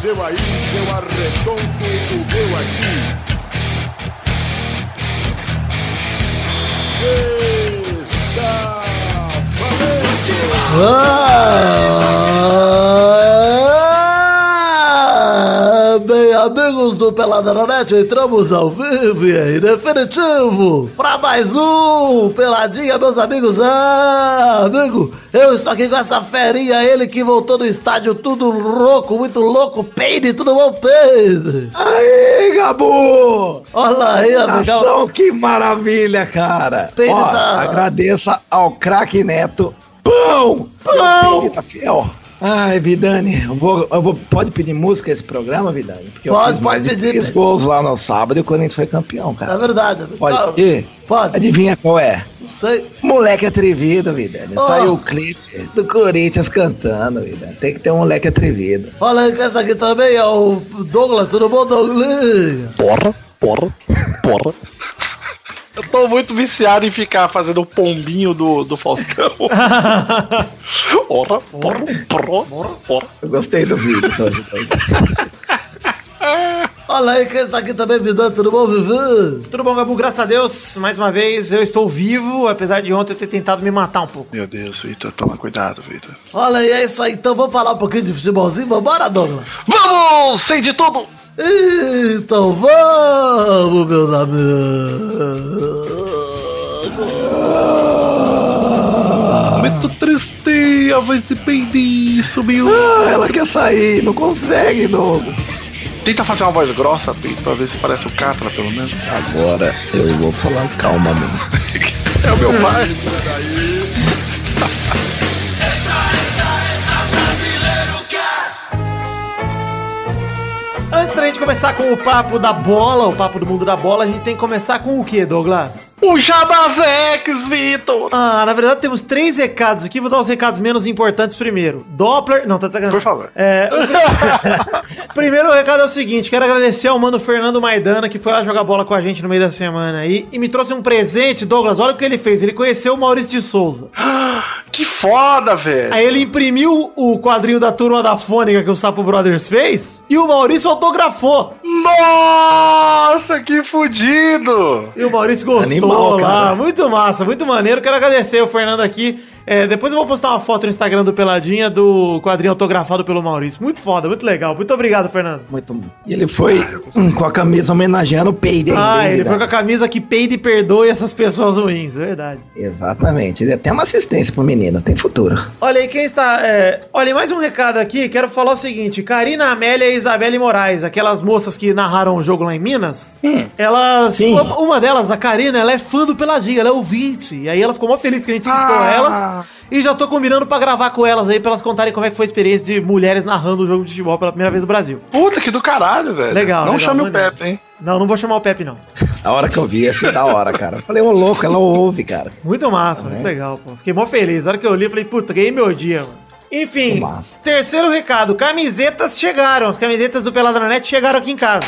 seu aí, que eu arredondo o meu aqui. Está bem, amigos do Peladranet, entramos ao vivo e em definitivo pra mais um Peladinha, meus amigos. Amigo, eu estou aqui com essa ferinha, ele que voltou do estádio tudo louco, muito louco. Peide, tudo bom, Peide? Aí, Gabu! Olha aí, amigão. Que maravilha, cara. Peide Ó, tá... Agradeça ao craque Neto. Pão! Peide tá fiel. Ai, Vidani, eu vou. Pode pedir música esse programa, Vidani? Porque pode pedir. 3 gols lá no sábado e o Corinthians foi campeão, cara. É verdade. Pode pedir? Pode. Adivinha qual é? Não sei. Moleque atrevido, Vidani. Saiu o clipe do Corinthians cantando, Vidani. Tem que ter um moleque atrevido. Olha aí que essa aqui também é o Douglas. Tudo bom, Douglas? Porra. Eu tô muito viciado em ficar fazendo o pombinho do Faustão. Porra. Eu gostei dos vídeos hoje. Olha aí quem está aqui também, Vidani. Tudo bom, Vivi? Tudo bom, Gabu? Graças a Deus, mais uma vez eu estou vivo, apesar de ontem eu ter tentado me matar um pouco. Meu Deus, Vitor, toma cuidado, Vitor. Olha aí, é isso aí. Então vamos falar um pouquinho de futebolzinho. Vambora, Douglas? Vamos! Sem de tudo! Então vamos, meus amigos. Muito triste, a voz de Peide sumiu. Ela quer sair, não consegue, Douglas. Tenta fazer uma voz grossa, Peide, pra ver se parece o Catra, pelo menos. Agora eu vou falar calmamente. É o meu pai. Antes da gente começar com o papo da bola, o papo do mundo da bola, a gente tem que começar com o quê, Douglas? O Jabazex, Vitor! Na verdade temos 3 recados aqui, vou dar os recados menos importantes primeiro. Doppler... Não, tá de sacanagem. Por favor. Primeiro recado é o seguinte, quero agradecer ao mano Fernando Maidana, que foi lá jogar bola com a gente no meio da semana aí, e me trouxe um presente, Douglas, olha o que ele fez, ele conheceu o Maurício de Souza. Que foda, velho! Aí ele imprimiu o quadrinho da Turma da Fônica que o Sapo Brothers fez, e o Maurício autografou. Nossa, que fudido! E o Maurício gostou. Animal, lá. cara. Muito massa, muito maneiro. Quero agradecer o Fernando aqui. Depois eu vou postar uma foto no Instagram do Peladinha do quadrinho autografado pelo Maurício. Muito foda, muito legal. Muito obrigado, Fernando. Muito bom. E ele foi com a camisa homenageando o Peide. Ele foi com a camisa que peide e perdoe essas pessoas ruins, é verdade. Exatamente. Ele tem uma assistência pro menino, tem futuro. Olha aí, quem está... Olha, mais um recado aqui. Quero falar o seguinte. Karina Amélia e Isabelle Moraes, aquelas moças que narraram o jogo lá em Minas, elas... Sim. Uma delas, a Karina, ela é fã do Peladinha, ela é ouvinte. E aí ela ficou mó feliz que a gente citou elas. E já tô combinando pra gravar com elas aí, pra elas contarem como é que foi a experiência de mulheres narrando o jogo de futebol pela primeira vez no Brasil. Puta, que do caralho, velho. Legal. Não chame maneiro. o Pepe, hein? Não vou chamar o Pepe, não. A hora que eu vi, achei da hora, cara. Falei, ô louco, ela ouve, cara. Muito massa, muito legal, pô. Fiquei mó feliz. A hora que eu li, eu falei, puta, ganhei meu dia, mano. Enfim, terceiro recado. Camisetas chegaram. As camisetas do Peladranet chegaram aqui em casa.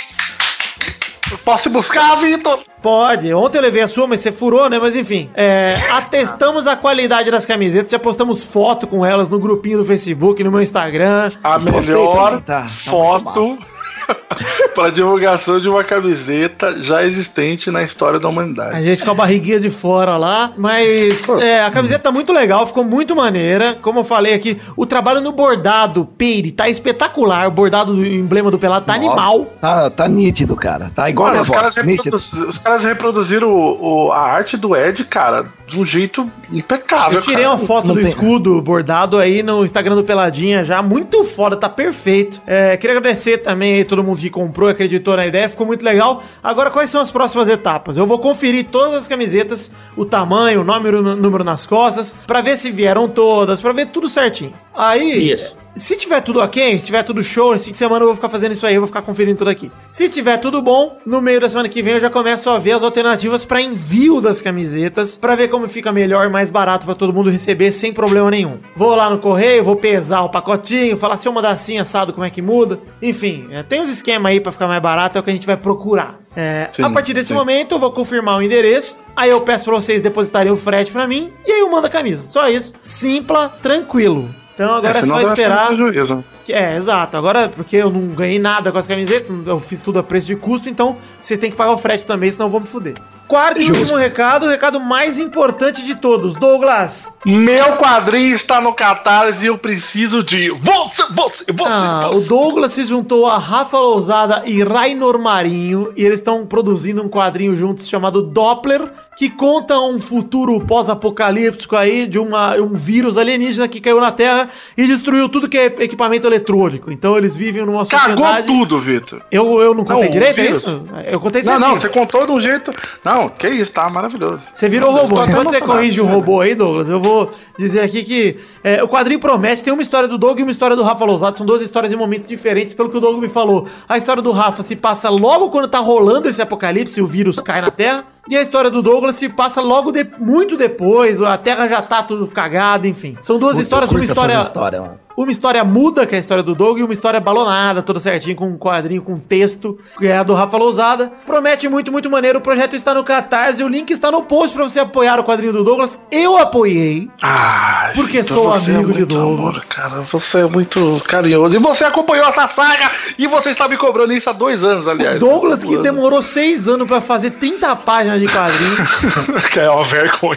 Posso buscar, Vitor? Pode. Ontem eu levei a sua, mas você furou, né? Mas enfim. Atestamos a qualidade das camisetas. Já postamos foto com elas no grupinho do Facebook, no meu Instagram. A melhor foto para divulgação de uma camiseta já existente na história da humanidade. A gente com a barriguinha de fora lá. Mas a camiseta tá muito legal, ficou muito maneira. Como eu falei aqui, o trabalho no bordado, Peire, tá espetacular. O bordado do emblema do Pelado tá animal. Tá nítido, cara. Tá igual a voz, nítido. Os caras reproduziram a arte do Ed, cara, de um jeito impecável. Eu tirei uma foto do escudo bordado aí no Instagram do Peladinha já. Muito foda, tá perfeito. Queria agradecer também aí todo mundo que comprou e acreditou na ideia, ficou muito legal. Agora, quais são as próximas etapas? Eu vou conferir todas as camisetas, o tamanho, o número nas costas, pra ver se vieram todas, pra ver tudo certinho. Aí, se tiver tudo ok, se tiver tudo show, nesse fim de semana eu vou ficar fazendo isso aí, eu vou ficar conferindo tudo aqui. Se tiver tudo bom, no meio da semana que vem eu já começo a ver as alternativas pra envio das camisetas, pra ver como fica melhor e mais barato pra todo mundo receber sem problema nenhum. Vou lá no correio, vou pesar o pacotinho, falar se eu mandar assim, assado, como é que muda. Enfim, tem uns esquemas aí pra ficar mais barato, é o que a gente vai procurar. A partir desse momento eu vou confirmar o endereço, aí eu peço pra vocês depositarem o frete pra mim, e aí eu mando a camisa. Só isso. Simples, tranquilo. Então agora é só esperar. Exato. Agora, porque eu não ganhei nada com as camisetas, eu fiz tudo a preço de custo, então vocês têm que pagar o frete também, senão eu vou me fuder. Quarto e último recado, o recado mais importante de todos. Douglas. Meu quadrinho está no Catarse e eu preciso de você. O Douglas se juntou a Rafa Lousada e Rainor Marinho e eles estão produzindo um quadrinho juntos chamado Doppler, que conta um futuro pós-apocalíptico aí de um vírus alienígena que caiu na Terra e destruiu tudo que é equipamento eletrônico. Então eles vivem numa sociedade... Cagou tudo, Vitor. Eu não contei direito, é isso? Eu contei certinho. Não, você contou de um jeito... Não, que isso, tá maravilhoso. Você virou robô. Quando você corrige o robô aí, Douglas, eu vou dizer aqui que o quadrinho promete, tem uma história do Doug e uma história do Rafa Lousada, são duas histórias em momentos diferentes, pelo que o Doug me falou. A história do Rafa se passa logo quando tá rolando esse apocalipse e o vírus cai na Terra, e a história do Douglas se passa logo muito depois, a Terra já tá tudo cagada, enfim. São duas histórias, uma história muda, que é a história do Doug, e uma história balonada, toda certinho, com um quadrinho, com texto, que é a do Rafa Lousada. Promete muito, muito maneiro. O projeto está no Catarse, o link está no post pra você apoiar o quadrinho do Douglas. Eu apoiei, porque sou amigo de Douglas. Amor, cara, você é muito carinhoso. E você acompanhou essa saga, e você está me cobrando isso há 2 anos, aliás. O Douglas, que demorou 6 anos pra fazer 30 páginas de quadrinho. Que é uma vergonha.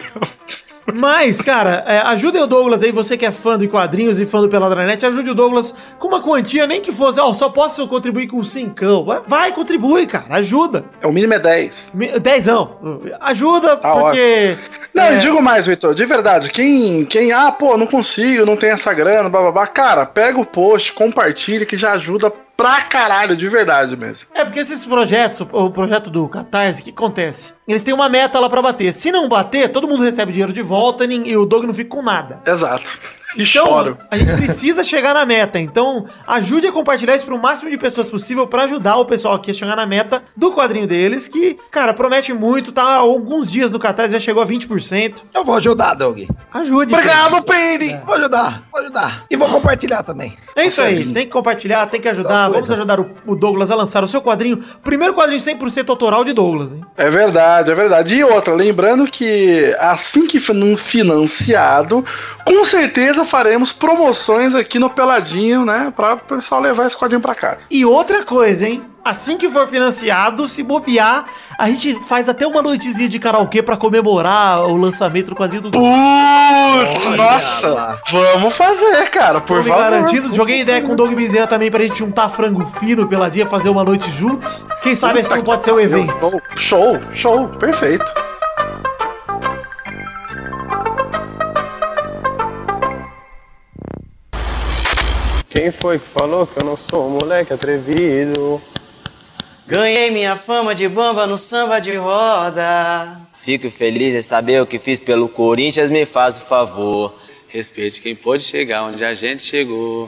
Mas, cara, ajudem o Douglas aí, você que é fã de quadrinhos e fã do Peladranet, ajude o Douglas com uma quantia, nem que fosse, só posso contribuir com 5. Vai, contribui, cara, ajuda. O mínimo é 10. 10ão. Ajuda, tá porque... Ótimo. Não, eu digo mais, Vitor, de verdade, quem não consigo, não tem essa grana, bababá, cara, pega o post, compartilha, que já ajuda pra caralho, de verdade mesmo. Porque esses projetos, o projeto do Catarse, o que acontece? Eles têm uma meta lá pra bater. Se não bater, todo mundo recebe dinheiro de volta e o Doug não fica com nada. Exato. E então, choro. A gente precisa chegar na meta. Então, ajude a compartilhar isso pro máximo de pessoas possível pra ajudar o pessoal aqui a chegar na meta do quadrinho deles, que, cara, promete muito, tá há alguns dias no Catarse, já chegou a 20%. Eu vou ajudar, Doug. Ajude. Obrigado, Penny! Vou ajudar. E vou compartilhar também. É isso aí, tem que compartilhar, tem que ajudar. Vamos ajudar o Douglas a lançar o seu quadrinho, primeiro quadrinho 100% autoral de Douglas, hein? É verdade. E outra, lembrando que assim que financiado, com certeza faremos promoções aqui no Peladinho, né? Pra o pessoal levar esse quadrinho pra casa. E outra coisa, hein? Assim que for financiado, se bobear, a gente faz até uma noitezinha de karaokê pra comemorar o lançamento do quadrinho do Doug. Nossa! Vamos fazer, cara, por favor. Garantido. Joguei ideia com o Doug Bezerra também pra gente juntar frango fino pela dia, fazer uma noite juntos. Quem sabe esse não pode ser o evento. Show, perfeito. Quem foi que falou que eu não sou um moleque atrevido? Ganhei minha fama de bamba no samba de roda. Fico feliz em saber o que fiz pelo Corinthians, me faz o favor. Respeite quem pôde chegar onde a gente chegou.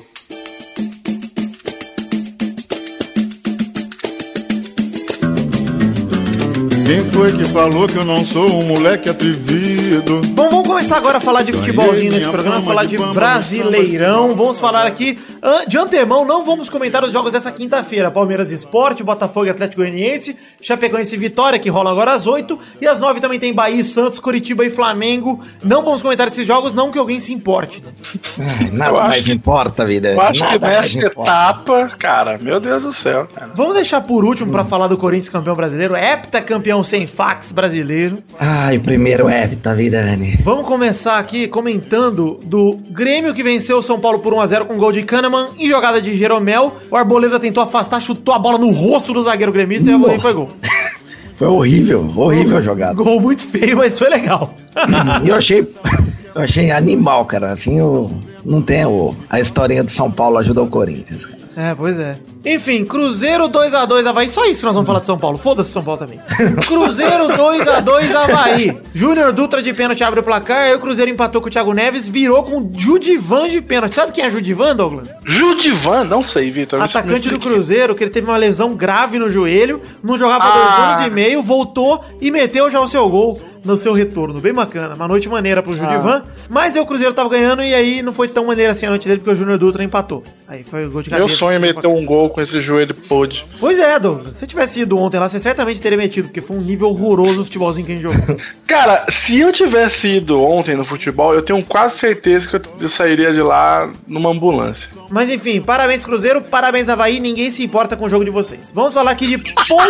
Quem foi que falou que eu não sou um moleque atrevido? Bom, vamos começar agora a falar de futebolzinho nesse programa, falar de Brasileirão. Vamos falar aqui, de antemão, não vamos comentar os jogos dessa quinta-feira. Palmeiras Sport, Botafogo e Atlético Goianiense, Chapecoense e Vitória, que rola agora às 8. E às 9 também tem Bahia e Santos, Curitiba e Flamengo. Não vamos comentar esses jogos, não que alguém se importe. Nada mais importa, vida. Eu acho que nessa etapa, cara, meu Deus do céu, cara. Vamos deixar por último pra falar do Corinthians campeão brasileiro, heptacampeão sem fax brasileiro. O primeiro hepta, Vidani. Vamos começar aqui comentando do Grêmio, que venceu o São Paulo por 1-0 com gol de Kahneman e jogada de Jeromel. O Arboleda tentou afastar, chutou a bola no rosto do zagueiro gremista e foi gol. Foi horrível a jogada. Gol muito feio, mas foi legal. E eu achei animal, cara. Assim, não tem a historinha do São Paulo ajuda o Corinthians. Pois é. Enfim, Cruzeiro 2x2 Avaí. Só isso que nós vamos falar de São Paulo. Foda-se São Paulo também. Cruzeiro 2x2 Avaí. Júnior Dutra de pênalti abre o placar. Aí o Cruzeiro empatou com o Thiago Neves. Virou com Judivan de pênalti. Sabe quem é Judivan, Douglas? Judivan? Não sei, Vitor. Atacante do Cruzeiro, que ele teve uma lesão grave no joelho. Não jogava há 2 anos e meio. Voltou e meteu já o seu gol. no seu retorno. Bem bacana. Uma noite maneira pro Judivan. Mas aí o Cruzeiro tava ganhando e aí não foi tão maneira assim a noite dele, porque o Júnior Dutra empatou. Aí foi o gol de cabeça. Meu sonho é meter um gol com esse joelho podre. Pois é, Douglas. Se você tivesse ido ontem lá, você certamente teria metido, porque foi um nível horroroso o futebolzinho que a gente jogou. Cara, se eu tivesse ido ontem no futebol, eu tenho quase certeza que eu sairia de lá numa ambulância. Mas enfim, parabéns Cruzeiro, parabéns Avaí, ninguém se importa com o jogo de vocês. Vamos falar aqui de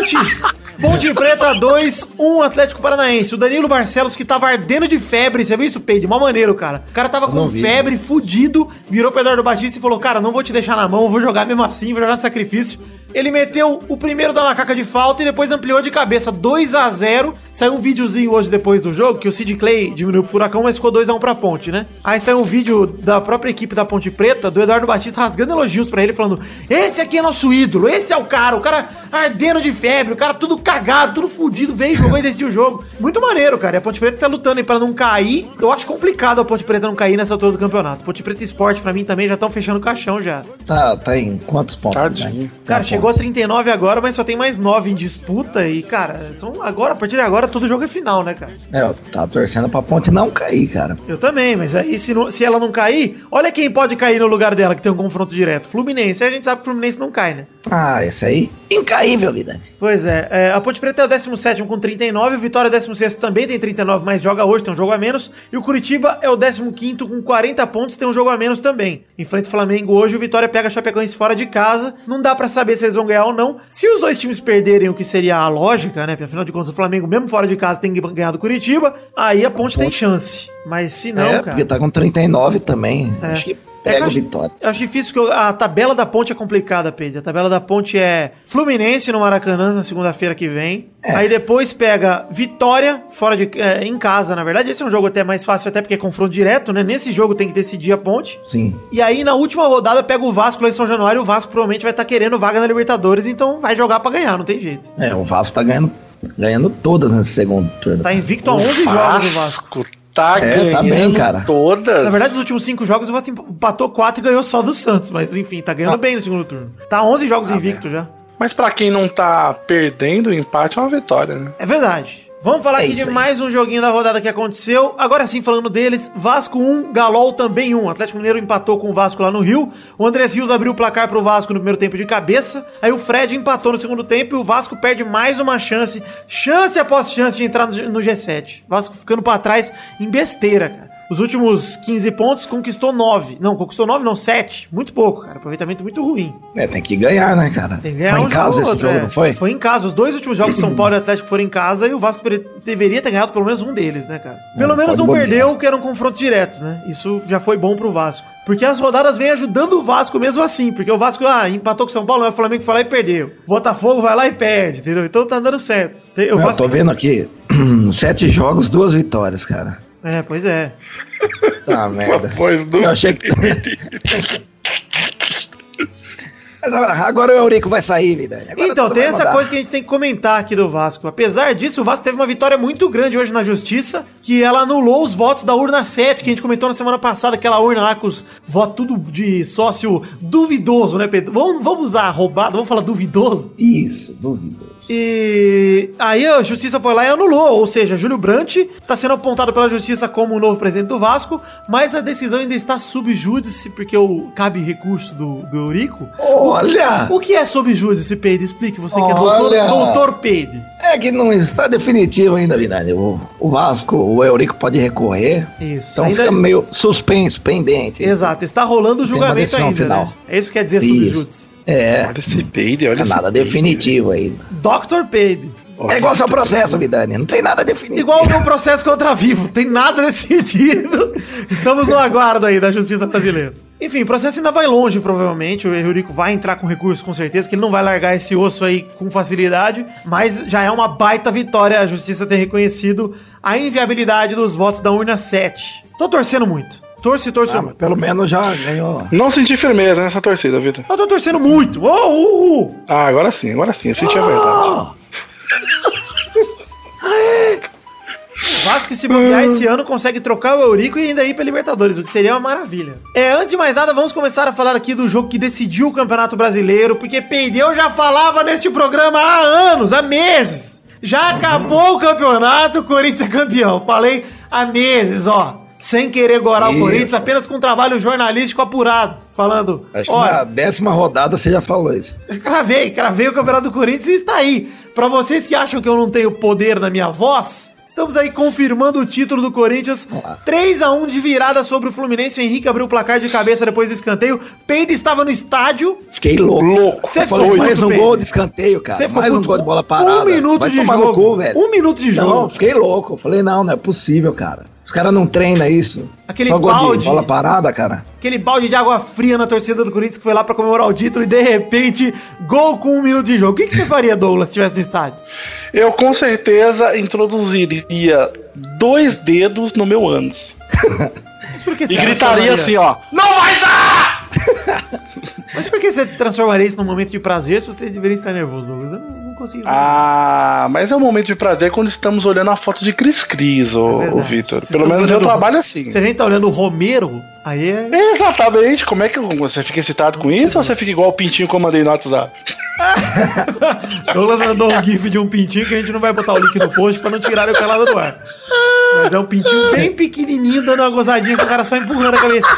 Ponte Preta 2-1 Atlético Paranaense. O Danilo Barcelos que tava ardendo de febre, você viu isso, Peide? De uma maneira, cara. O cara tava com febre, fudido, virou pro Eduardo Batista e falou, cara, não vou te deixar na mão, vou jogar mesmo assim, vou jogar no sacrifício. Ele meteu o primeiro da macaca de falta e depois ampliou de cabeça 2-0. Saiu um videozinho hoje depois do jogo, que o Sid Clay diminuiu pro Furacão, mas ficou 2-1 pra Ponte, né? Aí saiu um vídeo da própria equipe da Ponte Preta, do Eduardo Batista rasgando elogios pra ele, falando, esse aqui é nosso ídolo, esse é o cara ardendo de febre, o cara tudo cagado, tudo fudido, veio, jogou e decidiu o jogo. Muito maneiro, cara. E a Ponte Preta tá lutando aí pra não cair. Eu acho complicado a Ponte Preta não cair nessa altura do campeonato. Ponte Preta Esporte, pra mim, também já estão fechando o caixão já. Tá em quantos pontos? Tadinho. Cara, chegou a 39 agora, mas só tem mais 9 em disputa e, cara, a partir de agora, todo jogo é final, né, cara? Eu tava torcendo pra Ponte não cair, cara. Eu também, mas aí se ela não cair, olha quem pode cair no lugar dela, que tem um confronto direto. Fluminense. Aí a gente sabe que o Fluminense não cai, né? Ah, esse aí, incaível, vida. Pois é, a Ponte Preta é o 17º com 39, o Vitória é o 16º também tem 39, mas joga hoje, tem um jogo a menos, e o Curitiba é o 15º com 40 pontos, tem um jogo a menos também. Enfrenta o Flamengo hoje, o Vitória pega a Chapecoense fora de casa, não dá pra saber se eles vão ganhar ou não. Se os dois times perderem, o que seria a lógica, né, porque afinal de contas o Flamengo mesmo fora de casa tem que ganhar do Curitiba, aí a Ponte tem chance, mas se não, cara... porque tá com 39 também, acho que... Pega o Vitória. Eu acho difícil porque a tabela da Ponte é complicada, Pedro. A tabela da Ponte é Fluminense no Maracanã na segunda-feira que vem. Aí depois pega Vitória fora em casa, na verdade. Esse é um jogo até mais fácil, até porque é confronto direto, né? Nesse jogo tem que decidir a Ponte. Sim. E aí na última rodada pega o Vasco lá em São Januário. O Vasco provavelmente vai estar querendo vaga na Libertadores, então vai jogar pra ganhar, não tem jeito. O Vasco tá ganhando todas nesse segundo turno. Tá invicto a 11 jogos o Vasco. Tá bem, cara. Todas. Na verdade, nos últimos 5 jogos, o Vasco empatou 4 e ganhou só do Santos. Mas, enfim, tá ganhando bem no segundo turno. Tá 11 jogos invicto já. Mas pra quem não tá perdendo, o empate é uma vitória, né? É verdade. Vamos falar aqui de mais um joguinho da rodada que aconteceu. Agora sim, falando deles, Vasco 1, Galol também 1. O Atlético Mineiro empatou com o Vasco lá no Rio. O Andrés Rios abriu o placar pro Vasco no primeiro tempo de cabeça. Aí o Fred empatou no segundo tempo e o Vasco perde mais uma chance. Chance após chance de entrar no G7. Vasco ficando pra trás em besteira, cara. Os últimos 15 pontos conquistou 9. Não, conquistou 9 não, 7. Muito pouco, cara. Aproveitamento muito ruim. Tem que ganhar, né, cara? Tem que ganhar. Foi em casa esse jogo, não foi? Foi em casa. Os dois últimos jogos, São Paulo e Atlético, foram em casa e o Vasco deveria ter ganhado pelo menos um deles, né, cara? Pelo menos não perdeu, que era um confronto direto, né? Isso já foi bom pro Vasco. Porque as rodadas vêm ajudando o Vasco mesmo assim. Porque o Vasco, empatou com o São Paulo, mas o Flamengo foi lá e perdeu. O Botafogo vai lá e perde, entendeu? Então tá dando certo. Eu tô vendo aqui, 7 jogos, 2 vitórias, cara. Pois é. Tá, merda. Eu achei que... Agora o Eurico vai sair, vida. Então, tem essa coisa que a gente tem que comentar aqui do Vasco. Apesar disso, o Vasco teve uma vitória muito grande hoje na Justiça, que ela anulou os votos da urna 7, que a gente comentou na semana passada, aquela urna lá com os votos tudo de sócio duvidoso, né, Pedro? Vamos usar roubado, vamos falar duvidoso? Isso, duvidoso. E aí a Justiça foi lá e anulou, ou seja, Júlio Brandt tá sendo apontado pela Justiça como o novo presidente do Vasco, mas a decisão ainda está sob júdice, porque cabe recurso do Eurico. Olha! O que é sob júdice, Peide? Explique, você que é doutor Peide. É que não está definitivo ainda, Vidani. O Vasco, o Eurico pode recorrer. Isso. Então fica meio suspenso, pendente. Exato, está rolando o julgamento ainda, final. Né? É isso que quer dizer sob júdice. Olha esse Peide, olha nada definitivo ainda. Dr. Peide. É igual seu processo, Vidani, não tem nada definitivo. Igual o meu processo contra Vivo, tem nada decidido. Estamos no aguardo aí da justiça brasileira. Enfim, o processo ainda vai longe, provavelmente. O Eurico vai entrar com recurso, com certeza, que ele não vai largar esse osso aí com facilidade. Mas já é uma baita vitória a justiça ter reconhecido a inviabilidade dos votos da urna 7. Tô torcendo muito. Torce muito. Pelo menos já ganhou. Não senti firmeza nessa torcida, Vitor. Eu tô torcendo muito. Agora sim, eu senti a verdade. Vasco, se bobear esse ano, consegue trocar o Eurico e ainda ir pra Libertadores, o que seria uma maravilha. Antes de mais nada, vamos começar a falar aqui do jogo que decidiu o Campeonato Brasileiro, porque Peide, eu já falava neste programa há anos, há meses, Já acabou o campeonato, o Corinthians é campeão. Falei há meses, ó. Sem querer gorar o Corinthians, apenas com um trabalho jornalístico apurado. Falando, acho que na 10ª rodada você já falou isso. Cravei o campeonato do Corinthians e está aí. Pra vocês que acham que eu não tenho poder na minha voz, estamos aí confirmando o título do Corinthians. 3-1 de virada sobre o Fluminense. O Henrique abriu o placar de cabeça depois do escanteio. Peide estava no estádio. Fiquei louco. Você ficou mais um gol de escanteio, cara. Mais um gol de bola parada. 1 minuto de jogo. Cu, velho. 1 minuto de jogo. Não, fiquei louco. Eu falei, não é possível, cara. Os caras não treinam isso. Aquele só balde, gol de bola parada, cara. Aquele balde de água fria na torcida do Corinthians que foi lá pra comemorar o título e de repente, gol com 1 minuto de jogo. O que você faria, Douglas, se estivesse no estádio? Eu com certeza introduziria 2 dedos no meu ânus. Mas por que E gritaria assim, ó. Não vai dar! Mas por que você transformaria isso num momento de prazer se você deveria estar nervoso, Douglas? Eu não consigo. Mas é um momento de prazer quando estamos olhando a foto de Cris, ô Vitor. Pelo menos eu trabalho assim. Se a gente tá olhando o Romero, aí é... Exatamente. Como é que você fica excitado com isso ou você fica igual o pintinho que eu mandei no WhatsApp? Douglas mandou um gif de um pintinho que a gente não vai botar o link no post pra não tirar o pelado do ar. Mas é um pintinho bem pequenininho dando uma gozadinha com o cara só empurrando a cabeça.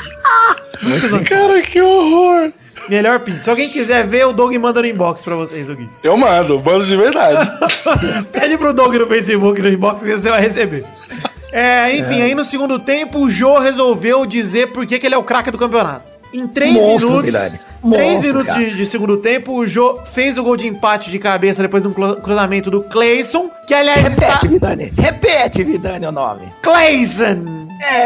Cara, que horror. Melhor pinto. Se alguém quiser ver, o Doug manda no inbox pra vocês, o Gui. Eu mando de verdade. Pede pro Doug no Facebook, no inbox, que você vai receber. Enfim, aí no segundo tempo, o Jô resolveu dizer por que ele é o craque do campeonato. Em 3 minutos, 3 minutos de segundo tempo, o Jô fez o gol de empate de cabeça depois de um cruzamento do Cleison, que aliás Repete, Vidani, o nome. Cleison!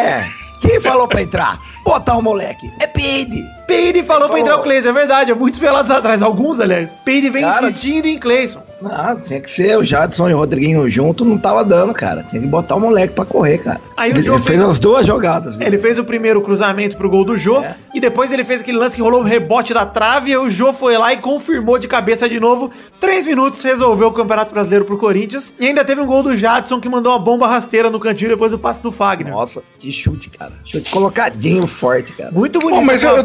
Quem falou pra entrar? Botar o moleque. É Peide. Peide falou pra entrar o Cleison, é verdade, muitos pelados atrás, alguns, aliás. Peide vem insistindo em Cleison. Não, tinha que ser o Jadson e o Rodriguinho junto, não tava dando, cara. Tinha que botar o moleque pra correr, cara. Aí ele fez as 2 jogadas. Viu? Ele fez o primeiro cruzamento pro gol do Jô, e depois ele fez aquele lance que rolou um rebote da trave, e o Jô foi lá e confirmou de cabeça de novo. 3 minutos, resolveu o Campeonato Brasileiro pro Corinthians, e ainda teve um gol do Jadson, que mandou uma bomba rasteira no cantinho depois do passe do Fagner. Nossa, que chute, cara. Chute colocadinho, forte, cara. Muito bonito. Mas eu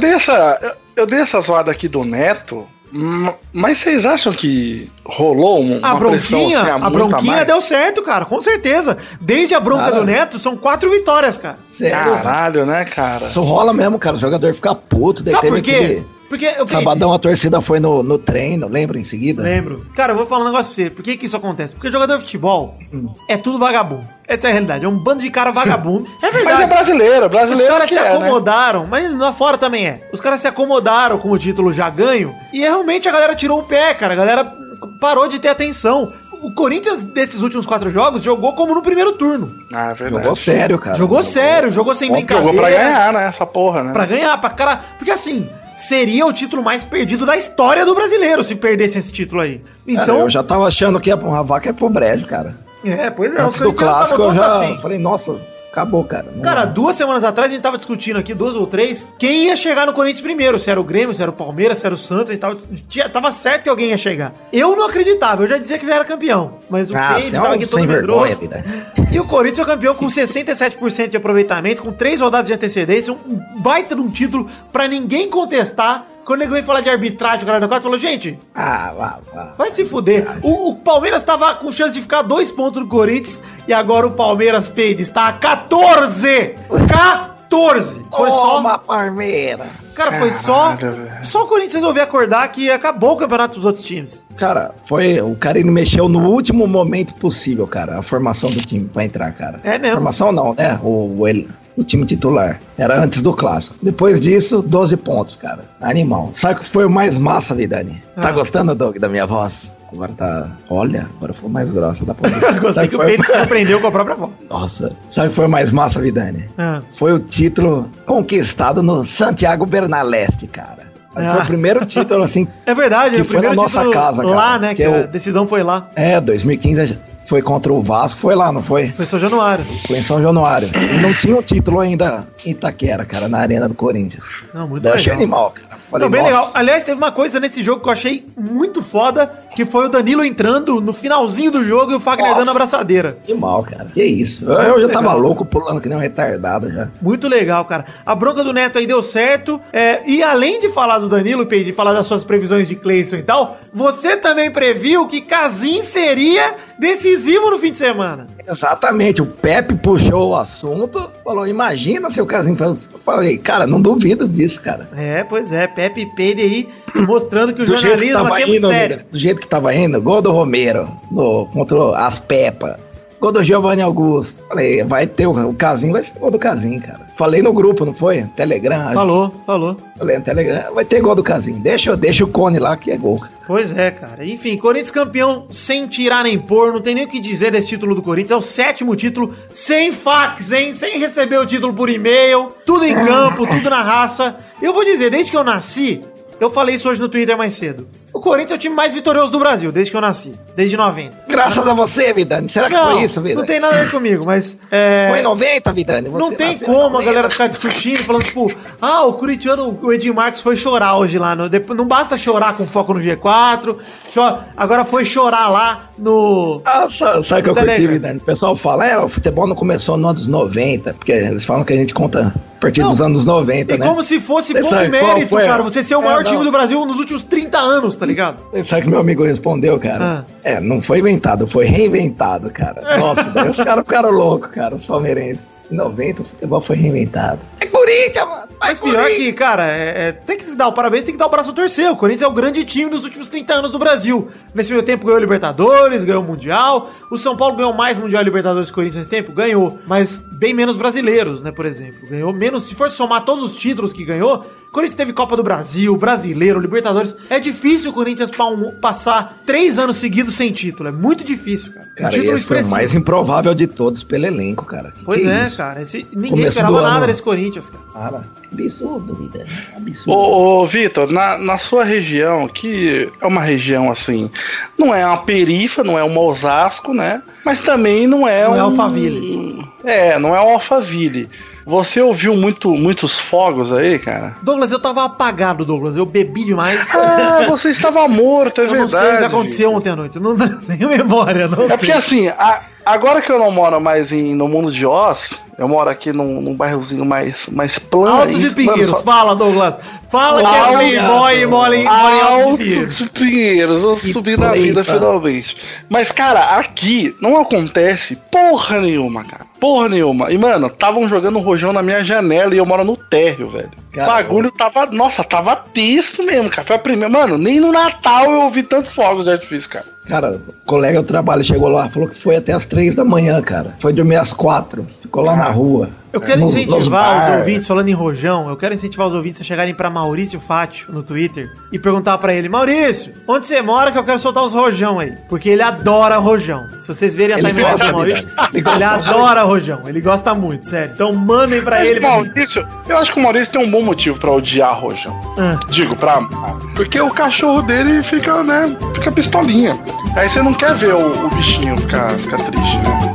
dei essa zoada aqui do Neto, mas vocês acham que rolou uma pressão? A bronquinha deu certo, cara, com certeza. Desde a bronca do Neto, são 4 vitórias, cara. Sério? Caralho, né, cara? Isso rola mesmo, cara. O jogador fica puto. Daí sabe por quê? Porque Sabadão a torcida foi no treino, lembra em seguida? Lembro. Cara, eu vou falar um negócio pra você. Por que isso acontece? Porque jogador de futebol é tudo vagabundo. Essa é a realidade. É um bando de cara vagabundo. É verdade. Mas é brasileiro. Os caras se acomodaram, né? Mas lá fora também é. Os caras se acomodaram com o título já ganho e realmente a galera tirou o pé, cara. A galera parou de ter atenção. O Corinthians, desses últimos 4 jogos, jogou como no primeiro turno. É verdade. Jogou sério, cara. Jogou sério, jogou sem brincadeira. Jogou pra ganhar, né? Essa porra, né? Pra ganhar, pra cara... Porque assim... Seria o título mais perdido da história do brasileiro se perdesse esse título aí. Então, cara, eu já tava achando que uma vaca é pro brejo, cara. Pois é. Antes do clássico eu já falei, nossa, acabou, cara. Cara, 2 semanas atrás a gente tava discutindo aqui, 2 ou 3, quem ia chegar no Corinthians primeiro. Se era o Grêmio, se era o Palmeiras, se era o Santos. Tava certo que alguém ia chegar. Eu não acreditava, eu já dizia que já era campeão. Mas o Peide tava aqui todo medroso. E o Corinthians é campeão com 67% de aproveitamento, com 3 rodadas de antecedência, um baita de um título pra ninguém contestar. Quando ele veio falar de arbitragem, o cara da 4 falou, gente, vai se fuder. O Palmeiras tava com chance de ficar 2 pontos do Corinthians e agora o Palmeiras, Peide, está a 14! 14! Foi Toma, Palmeiras! Cara, foi só o Corinthians resolver acordar que acabou o campeonato dos outros times. Cara, o cara ele mexeu no último momento possível, cara, a formação do time pra entrar, cara. É mesmo? Formação não, né? O time titular. Era antes do clássico. Depois disso, 12 pontos, cara. Animal. Sabe o que foi o mais massa, Vidani? Tá gostando, Doug, da minha voz? Agora tá... Olha, agora ficou mais grossa. Dá pra ver. Gostei que o Peide se surpreendeu com a própria voz. Nossa. Sabe o que foi o mais massa, Vidani? Foi o título conquistado no Santiago Bernaleste, cara. Foi o primeiro título, assim... É verdade. Que foi na nossa casa, cara. Lá, né? Que a decisão foi lá. 2015... Foi contra o Vasco, foi lá, não foi? Foi em São Januário. Foi em São Januário. E não tinha o título ainda em Itaquera, cara, na Arena do Corinthians. Não, muito legal. Eu achei animal, cara. Falei, bem legal. Aliás, teve uma coisa nesse jogo que eu achei muito foda, que foi o Danilo entrando no finalzinho do jogo e o Fagner dando a abraçadeira. Animal, cara. Que isso. Eu já tava louco pulando que nem um retardado já. Muito legal, cara. A bronca do Neto aí deu certo. E além de falar do Danilo, de falar das suas previsões de Cleison e tal, você também previu que Casim seria decisivo no fim de semana. Exatamente, o Pepe puxou o assunto, falou, imagina se o Casim... Eu falei, cara, não duvido disso, cara. Pois é, Pepe e Peide aí, mostrando que o Do jeito que jornalismo tava aqui é muito indo, sério. do jeito que tava indo, gol do Romero contra as Pepas. Gol do Giovanni Augusto. Falei, vai ter o Casim, vai ser gol do Casim, cara. Falei no grupo, não foi? Telegram. Falou. Falei no Telegram, vai ter gol do Casim. Deixa o Cone lá que é gol. Pois é, cara. Enfim, Corinthians campeão sem tirar nem pôr, não tem nem o que dizer desse título do Corinthians. É o 7º título, sem fax, hein? Sem receber o título por e-mail, tudo em campo, tudo na raça. Eu vou dizer, desde que eu nasci, eu falei isso hoje no Twitter mais cedo. O Corinthians é o time mais vitorioso do Brasil, desde que eu nasci. Desde 90. Graças a você, Vidani. Será que foi isso, Vidani? Não tem nada a ver comigo, mas... Foi em 90, Vidani? Não tem como a galera ficar discutindo, falando tipo... o corintiano, o Edir Marques foi chorar hoje lá. Não basta chorar com foco no G4. Agora foi chorar lá no... Sabe o que eu curti, Vidani? O pessoal fala, o futebol não começou nos anos 90, porque eles falam que a gente conta a partir dos anos 90, né? Como se fosse pouco mérito, cara. Você ser o maior time do Brasil nos últimos 30 anos, tá ligado? Sabe que meu amigo respondeu, cara? Não foi inventado, foi reinventado, cara. Nossa, daí os caras ficaram loucos, cara, os palmeirenses. Em 90 o futebol foi reinventado. É Corinthians, mano! Mas pior que, cara, tem que se dar o parabéns, tem que dar o braço a torcer. O Corinthians é o grande time dos últimos 30 anos do Brasil. Nesse meio tempo ganhou Libertadores, ganhou o Mundial. O São Paulo ganhou mais Mundial e Libertadores que o Corinthians nesse tempo? Ganhou. Mas bem menos brasileiros, né, por exemplo. Ganhou menos, se for somar todos os títulos que ganhou, o Corinthians teve Copa do Brasil, Brasileiro, Libertadores. É difícil o Corinthians passar 3 anos seguidos sem título. É muito difícil, cara. Cara, esse foi o mais improvável de todos pelo elenco, cara. Pois é, isso? Cara. Ninguém esperava nada desse Corinthians, cara. Absurdo, vida. Absurdo. Ô, Vitor, na sua região, que é uma região assim, não é uma perifa, não é uma Osasco, né? Mas também não é Alphaville. Não é um Alphaville. Você ouviu muitos fogos aí, cara? Douglas, eu tava apagado, Douglas. Eu bebi demais. Você estava morto, eu verdade. Eu não sei o que aconteceu ontem à noite. Eu não tenho memória, não sei. Porque assim, agora que eu não moro mais no mundo de Oz, eu moro aqui num bairrozinho mais plano. Alto de Pinheiros, fala, Douglas. Fala que é playboy e mora em Alto de Pinheiros, eu subi na vida finalmente. Mas, cara, aqui não acontece porra nenhuma, cara. Porra nenhuma. E, mano, estavam jogando um rojão na minha janela e eu moro no térreo, velho. O bagulho tava texto mesmo, cara. Foi a primeira. Mano, nem no Natal eu ouvi tantos fogos de artifício, cara. Cara, o colega do trabalho chegou lá, falou que foi até as 3 da manhã, cara. Foi dormir às 4. Ficou lá na rua. Eu quero incentivar os ouvintes, falando em rojão, eu quero incentivar os ouvintes a chegarem pra Maurício Fátio no Twitter e perguntar pra ele, Maurício, onde você mora que eu quero soltar os rojão aí? Porque ele adora rojão. Se vocês verem a timeline do Maurício, ele adora rojão. Ele gosta muito, sério. Então mandem pra ele. Maurício, eu acho que o Maurício tem um bom motivo pra odiar rojão. Digo, porque o cachorro dele fica, né, fica pistolinha. Aí você não quer ver o bichinho ficar triste, né?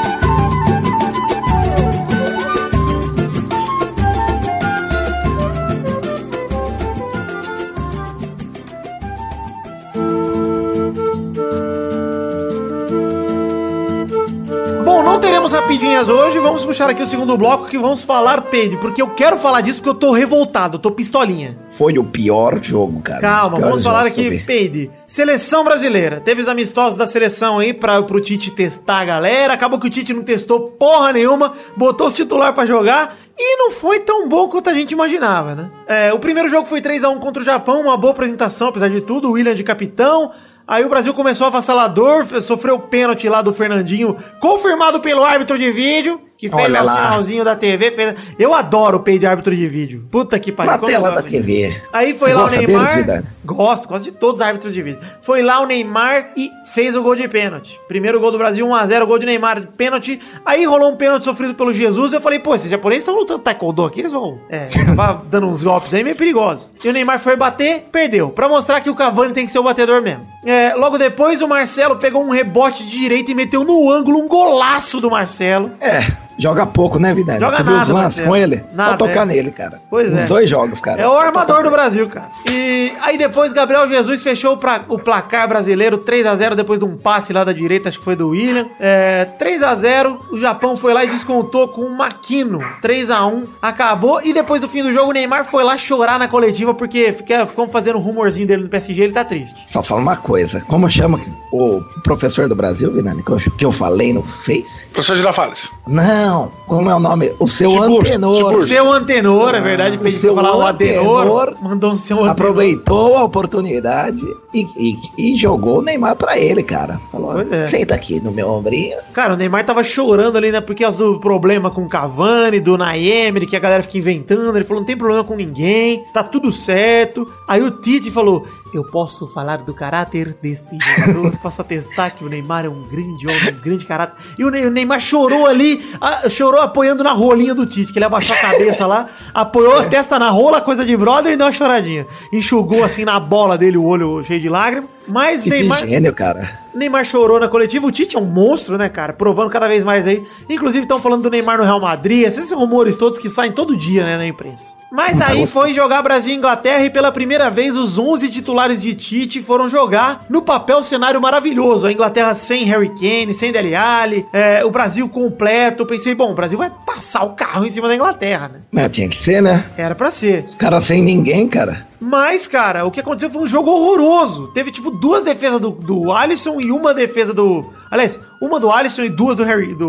Não teremos rapidinhas hoje, vamos puxar aqui o segundo bloco que vamos falar, Peide, porque eu quero falar disso porque eu tô revoltado, eu tô pistolinha. Foi o pior jogo, cara. Calma, vamos falar aqui, Peide. Seleção brasileira, teve os amistosos da seleção aí pro Tite testar a galera, acabou que o Tite não testou porra nenhuma, botou os titular pra jogar e não foi tão bom quanto a gente imaginava, né? O primeiro jogo foi 3-1 contra o Japão, uma boa apresentação, apesar de tudo, o William de capitão. Aí o Brasil começou avassalador, sofreu o pênalti lá do Fernandinho, confirmado pelo árbitro de vídeo, que fez lá o sinalzinho da TV. Eu adoro o pay de árbitro de vídeo. Puta que pariu. Na tela da TV. Aí foi lá o Neymar. Gosto de todos os árbitros de vídeo. Foi lá o Neymar e fez o gol de pênalti. Primeiro gol do Brasil, 1-0, gol de Neymar, pênalti. Aí rolou um pênalti sofrido pelo Jesus. Eu falei, pô, esses japoneses estão lutando taekwondo aqui, eles vão dando uns golpes aí meio perigosos. E o Neymar foi bater, perdeu. Pra mostrar que o Cavani tem que ser o batedor mesmo. Logo depois o Marcelo pegou um rebote de direita e meteu no ângulo um golaço do Marcelo. Joga pouco, né, Vidani? Joga Você viu os nada, lances Marcelo. com ele? Nada, Só tocar nele, cara. Pois Uns é. 2 jogos, cara. É o Só armador tocar do Brasil, cara. E aí depois Gabriel Jesus fechou o placar brasileiro 3-0 depois de um passe lá da direita, acho que foi do William. 3-0, o Japão foi lá e descontou com o Makino. 3-1, acabou. E depois do fim do jogo o Neymar foi lá chorar na coletiva porque ficam fazendo um rumorzinho dele no PSG, ele tá triste. Só fala uma coisa. Como chama o professor do Brasil, Vidani? Que eu falei no Face? Professor Girafales. Não, como é o nome? O seu Tiburcio, antenor. Tiburcio. Seu antenor, é verdade, pediu pra falar o Adenor, mandou um seu antenor. Aproveitou a oportunidade e jogou o Neymar pra ele, cara. Falou, Pois é. senta aqui no meu ombrinho. Cara, o Neymar tava chorando ali, né, porque do problema com o Cavani, do Naemery, que a galera fica inventando, ele falou, não tem problema com ninguém, tá tudo certo. Aí o Tite falou, eu posso falar do caráter deste jogador, posso atestar que o Neymar é um grande homem, um grande caráter. E o Neymar chorou ali, chorou apoiando na rolinha do Tite, que ele abaixou a cabeça lá, apoiou a testa na rola, coisa de brother, e deu uma choradinha. Enxugou assim na bola dele o olho cheio de lágrimas. Mas Que Neymar... gênio, cara. Neymar chorou na coletiva, o Tite é um monstro, né, cara? Provando cada vez mais aí. Inclusive estão falando do Neymar no Real Madrid, esses rumores todos que saem todo dia, né, na imprensa. Mas aí foi jogar Brasil e Inglaterra e pela primeira vez os 11 titulares de Tite foram jogar no papel cenário maravilhoso. A Inglaterra sem Harry Kane, sem Dele Alli, o Brasil completo. Eu pensei, bom, o Brasil vai passar o carro em cima da Inglaterra, né? Mas tinha que ser, né? Era pra ser. Os caras sem ninguém, cara. Mas, cara, o que aconteceu foi um jogo horroroso. Teve, tipo, 2 defesas do Alisson e uma defesa do... Aliás, uma do Alisson e 2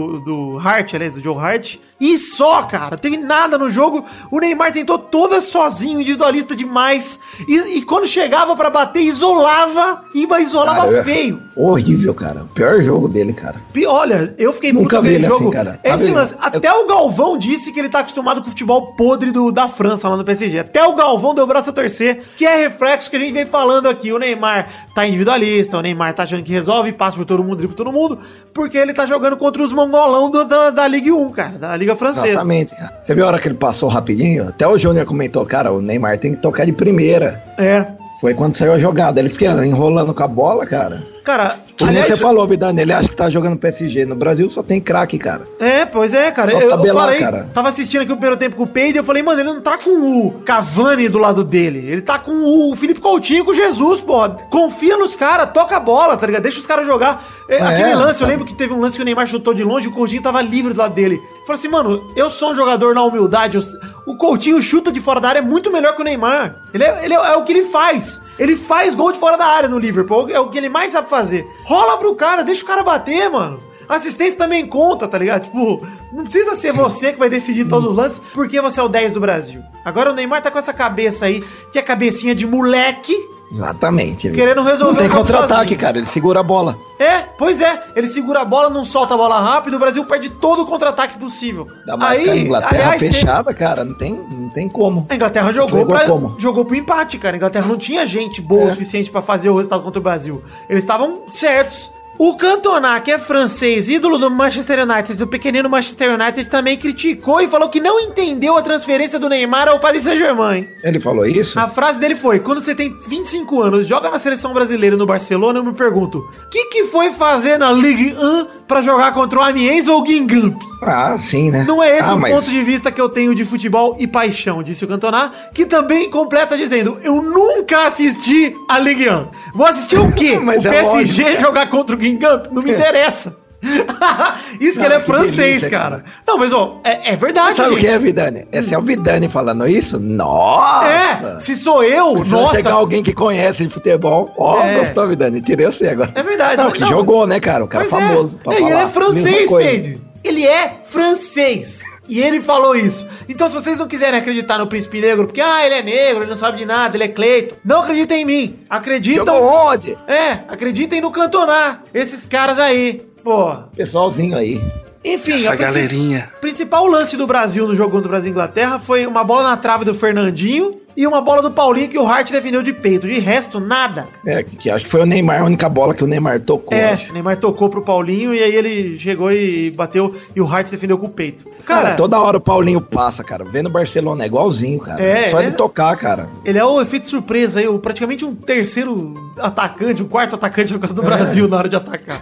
do Hart, aliás, do Joe Hart. E só, cara, teve nada no jogo. O Neymar tentou todas sozinho, individualista demais. E quando chegava pra bater, isolava. Mas isolava Cara, feio. Horrível, cara. O pior jogo dele, cara. Olha, eu fiquei Nunca vi aquele ele assim, cara. Esse lance, até o Galvão disse que ele tá acostumado com o futebol podre da França lá no PSG. Até o Galvão deu o braço a torcer, que é reflexo que a gente vem falando aqui. O Neymar tá individualista, o Neymar tá achando que resolve, passa por todo mundo, dribla por todo mundo, porque ele tá jogando contra os mongolão da Ligue 1, cara, da Liga Francesa. Exatamente, cara. Você viu a hora que ele passou rapidinho? Até o Júnior comentou, cara, o Neymar tem que tocar de primeira. Foi quando saiu a jogada. Ele fica enrolando com a bola, cara. Cara, como você falou, Vidani, ele acha que tá jogando PSG. No Brasil só tem craque, cara. Pois é, cara. Só eu falei, cara. Tava assistindo aqui o primeiro tempo com o Peide e eu falei, mano, ele não tá com o Cavani do lado dele. Ele tá com o Felipe Coutinho, com o Jesus, pô. Confia nos caras, toca a bola, tá ligado? Deixa os caras jogar. Aquele lance, eu lembro que teve um lance que o Neymar chutou de longe e o Coutinho tava livre do lado dele. Eu falei assim, mano, eu sou um jogador na humildade. O Coutinho chuta de fora da área é muito melhor que o Neymar. Ele é o que ele faz. Ele faz gol de fora da área no Liverpool. É o que ele mais sabe fazer. Rola pro cara, deixa o cara bater, mano. Assistência também conta, tá ligado? Tipo, não precisa ser você que vai decidir todos os lances porque você é o 10 do Brasil. Agora o Neymar tá com essa cabeça aí, que é cabecinha de moleque. Exatamente. Querendo resolver. Não tem contra-ataque, cara. Ele segura a bola. Pois é. Ele segura a bola, não solta a bola rápido. O Brasil perde todo o contra-ataque possível. Dá mais que a Inglaterra fechada, cara. Não tem como. A Inglaterra jogou pro empate, cara. A Inglaterra não tinha gente boa o suficiente pra fazer o resultado contra o Brasil. Eles estavam certos. O Cantona, que é francês, ídolo do Manchester United, do pequenino Manchester United, também criticou e falou que não entendeu a transferência do Neymar ao Paris Saint-Germain. Ele falou isso? A frase dele foi, quando você tem 25 anos, joga na seleção brasileira no Barcelona, eu me pergunto, o que foi fazer na Ligue 1 pra jogar contra o Amiens ou o Guingamp? Ah, sim, né? Não é esse o ponto de vista que eu tenho de futebol e paixão, disse o Cantona, que também completa dizendo, eu nunca assisti a Ligue 1. Vou assistir o quê? Mas o PSG lógico, jogar contra o Guingamp? Não me interessa. Isso que ele é francês, delícia, cara. Não, mas ó, é verdade. Sabe o que é, Vidani? Esse é o Vidani falando isso? Nossa! Se sou eu, nossa! Chegar alguém que conhece de futebol. Gostou, Vidani? Tirei você agora. É verdade. Não, que jogou, né, cara? O cara famoso. E ele é francês, Pedro. Ele é francês. E ele falou isso. Então, se vocês não quiserem acreditar no Príncipe Negro, porque, ele é negro, ele não sabe de nada, ele é Cleiton. Não acreditem em mim. Acreditam... Jogou onde? Acreditem no Cantona. Esses caras aí. Pô. Pessoalzinho aí. Enfim, essa galerinha. Principal lance do Brasil no jogo contra o Brasil e Inglaterra foi uma bola na trave do Fernandinho e uma bola do Paulinho que o Hart defendeu de peito. De resto, nada. Que acho que foi o Neymar, a única bola que o Neymar tocou. O Neymar tocou pro Paulinho e aí ele chegou e bateu e o Hart defendeu com o peito. Cara, toda hora o Paulinho passa, cara. Vendo o Barcelona é igualzinho, cara. Só ele tocar, cara. Ele é o efeito surpresa aí, praticamente um terceiro atacante, um quarto atacante no caso do Brasil na hora de atacar.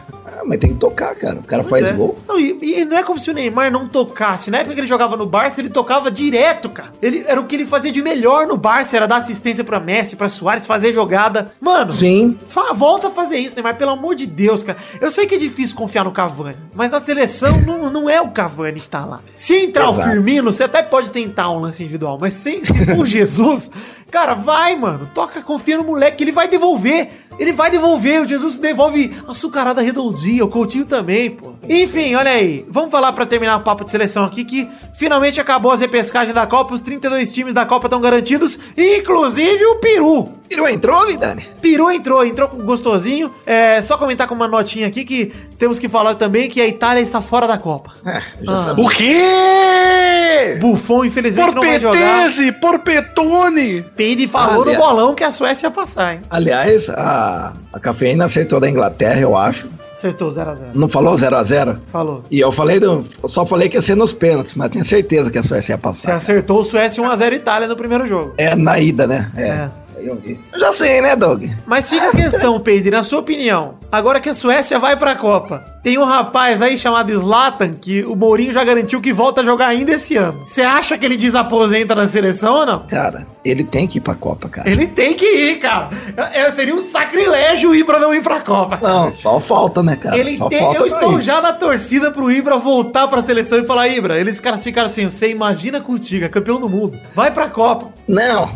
mas tem que tocar, cara. O cara faz gol. Não, e não é como se o Neymar não tocasse. Na época que ele jogava no Barça, ele tocava direto, cara. Era o que ele fazia de melhor no Barça, era dar assistência pra Messi, pra Suárez, fazer jogada. Mano, sim. Volta a fazer isso, Neymar, pelo amor de Deus, cara. Eu sei que é difícil confiar no Cavani, mas na seleção não é o Cavani que tá lá. Se entrar o Firmino, você até pode tentar um lance individual, mas se for o Jesus, cara, vai, mano. Toca, confia no moleque, que ele vai devolver. Ele vai devolver, o Jesus devolve açucarada redondinha, o Coutinho também, pô. Enfim, olha aí. Vamos falar pra terminar o papo de seleção aqui, que finalmente acabou as repescagens da Copa, os 32 times da Copa estão garantidos, inclusive o Peru. Peru entrou, Vidani? Peru entrou com gostosinho. Só comentar com uma notinha aqui que temos que falar também que a Itália está fora da Copa. Já sabia. O quê? Buffon, infelizmente, não vai jogar. Porpetone! Peide falou no bolão que a Suécia ia passar, hein? Aliás, a cafeína acertou da Inglaterra, eu acho. Acertou, 0x0. Não falou 0x0? Falou. E eu só falei que ia ser nos pênaltis, mas tinha certeza que a Suécia ia passar. Você acertou o Suécia 1x0 Itália no primeiro jogo. Na ida, né? Eu já sei, né, Doug? Mas fica a questão, Pedro, na sua opinião, agora que a Suécia vai pra Copa, tem um rapaz aí chamado Zlatan, que o Mourinho já garantiu que volta a jogar ainda esse ano. Você acha que ele desaposenta na seleção ou não? Cara, ele tem que ir pra Copa, cara. Ele tem que ir, cara. Seria um sacrilégio o Ibra não ir pra Copa. Não, só falta, né, cara? Eu estou já na torcida pro Ibra voltar pra seleção e falar, Ibra, eles caras ficaram assim, você imagina contigo, é campeão do mundo. Vai pra Copa. Não.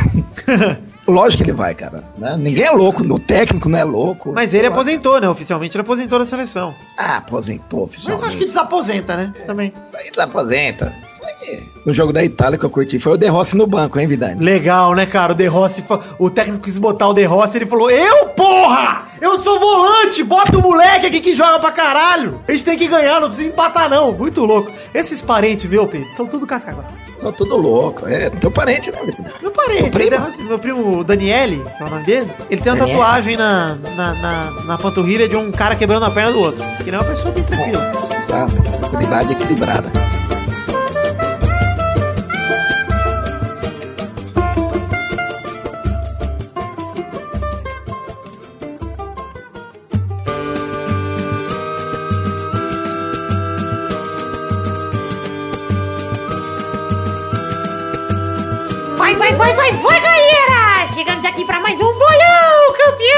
Lógico que ele vai, cara. Né? Ninguém é louco, o técnico não é louco. Mas ele aposentou, né? Oficialmente ele aposentou da seleção. Aposentou oficialmente. Mas acho que desaposenta, né? Também. Isso aí desaposenta. Isso aí. O jogo da Itália que eu curti foi o De Rossi no banco, hein, Vidani? Legal, né, cara? O De Rossi, o técnico quis botar o De Rossi, ele falou, porra! Eu sou volante, bota o moleque aqui que joga pra caralho. A gente tem que ganhar, não precisa empatar, não. Muito louco. Esses parentes, meu, Pedro, são tudo casca-grossa. São tudo louco. É teu parente, né, Vidani? Meu parente, meu primo Daniele, que é o nome dele, ele tem uma tatuagem na panturrilha de um cara quebrando a perna do outro. Que não é uma pessoa bem tranquila. Exato. Tranquilidade equilibrada. Vai, galera! Chegamos aqui pra mais um bolão,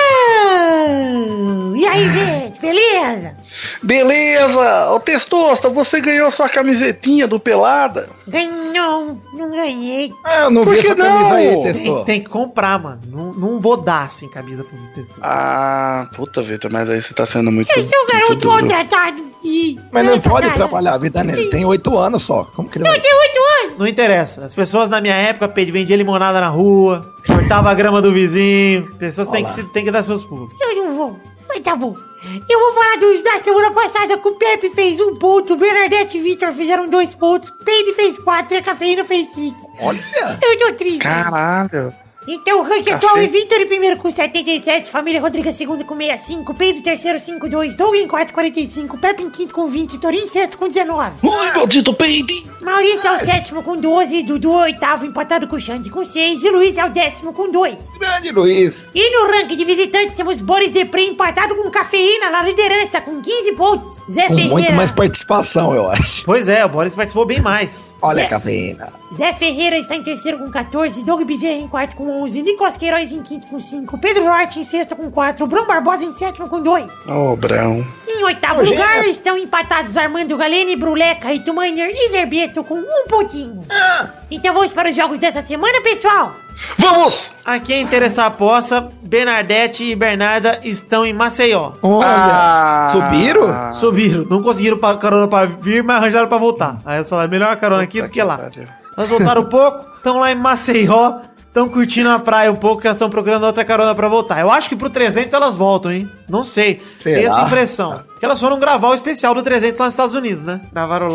campeão! E aí, gente, beleza? Beleza! Ô Testosta, você ganhou sua camisetinha do Pelada? Não ganhei. Eu não vi essa camisa aí, Testosta. Tem que comprar, mano. Não vou dar, assim, camisa pro Testosta. Puta, Vitor, mas aí você tá sendo muito... Eu sou garoto maltratado. Mas não pode trabalhar, Vidani. Ele tem 8 anos só. Como que ele vai? Eu tenho 8 anos. Não interessa. As pessoas na minha época, Pedro, vendiam limonada na rua, cortava a grama do vizinho. As pessoas têm que dar seus pulos. Eu não vou. Mas tá bom. Eu vou falar da semana passada que o Pepe fez 1 ponto, o Bernadette e o Vitor fizeram 2 pontos, o Peide fez 4 e a Cafeína fez 5. Olha! Eu tô triste. Caralho! Então o ranking atual é Vitor em primeiro com 77, Família Rodrigues segundo com 65, Pedro em terceiro 52, Doug em quarto 45, Pepe em quinto com 20, Torinho em sexto com 19. Ai, maldito Peide! Maurício é o sétimo com 12, Dudu é o oitavo empatado com o Xande com 6 e Luiz é o 10º com 2. Grande Luiz! E no ranking de visitantes temos Boris Depré empatado com Cafeína na liderança com 15 pontos. Zé Com Ferreira... muito mais participação, eu acho. Pois é, o Boris participou bem mais. Olha a Cafeína. Zé Ferreira está em terceiro com 14, Doug Bezerra em quarto com 11, Nicolas Queiroz em quinto com 5, Pedro Duarte em sexto com 4, Bruno Barbosa em sétimo com 2. Ô, Brão. Em oitavo lugar estão empatados Armando Galene, Bruleca, Itumanher e Zerbeto com 1 pontinho. Então vamos para os jogos dessa semana, pessoal? Vamos! A quem interessar a aposta, Bernadette e Bernarda estão em Maceió. Olha! Subiram? Subiram. Não conseguiram carona pra vir, mas arranjaram pra voltar. Aí eu falei, melhor a carona aqui do que lá. Elas voltaram um pouco, estão lá em Maceió, estão curtindo a praia um pouco, que elas estão procurando outra carona pra voltar. Eu acho que pro 300 elas voltam, hein? Não sei. Será? Tem essa impressão. Que elas foram gravar o especial do 300 lá nos Estados Unidos, né? Gravaram lá.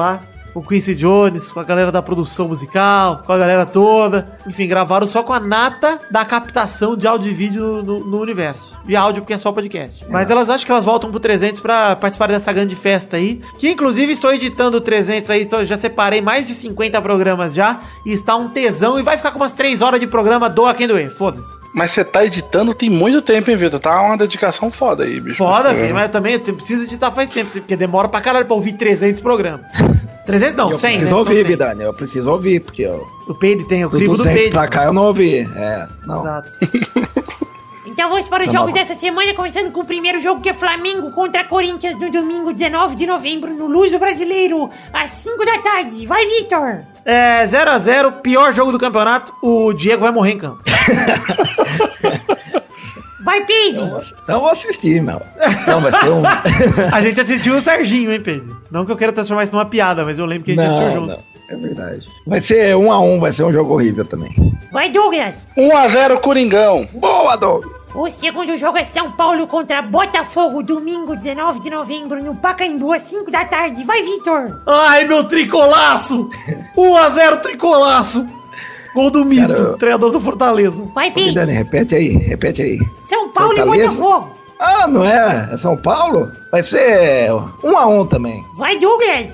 o Quincy Jones, com a galera da produção musical, com a galera toda. Enfim, gravaram só com a nata da captação de áudio e vídeo no universo. E áudio porque é só podcast. Mas elas acham que elas voltam pro 300 pra participar dessa grande festa aí. Que inclusive estou editando o 300 aí, já separei mais de 50 programas já. E está um tesão e vai ficar com umas 3 horas de programa, doa quem doer, foda-se. Mas você tá editando tem muito tempo, hein, Vitor? Tá uma dedicação foda aí, bicho. Foda, filho, mas também eu preciso editar faz tempo, porque demora pra caralho pra ouvir 300 programas. 300 não, 100, Eu preciso ouvir, Vidani, eu preciso ouvir, porque o Peide tem o do crivo do 200 Peide. pra cá eu não ouvi. Não. Exato. Então vamos para os jogos dessa semana, começando com o primeiro jogo, que é Flamengo contra Corinthians, no domingo 19 de novembro, no Luso Brasileiro, às 5 da tarde. Vai, Vitor! 0x0, pior jogo do campeonato, o Diego vai morrer em campo. Vai, Pedro! Não vou assistir, meu. Não, vai ser um... A gente assistiu o Serginho, hein, Pedro? Não que eu queira transformar isso numa piada, mas eu lembro que a gente assistiu junto. Não, é verdade. Vai ser 1x1, vai ser um jogo horrível também. Vai, Douglas! 1x0 Coringão. Boa, Douglas! O segundo jogo é São Paulo contra Botafogo, domingo 19 de novembro, no Pacaembu, às 5 da tarde. Vai, Vitor! Ai, meu tricolaço! 1x0 tricolaço! Gol do Mito, treinador do Fortaleza. Vai, Pedro! Dani, repete aí. São Paulo Fortaleza? E Botafogo! Ah, não é? É São Paulo? Vai ser 1x1 também. Vai, Douglas!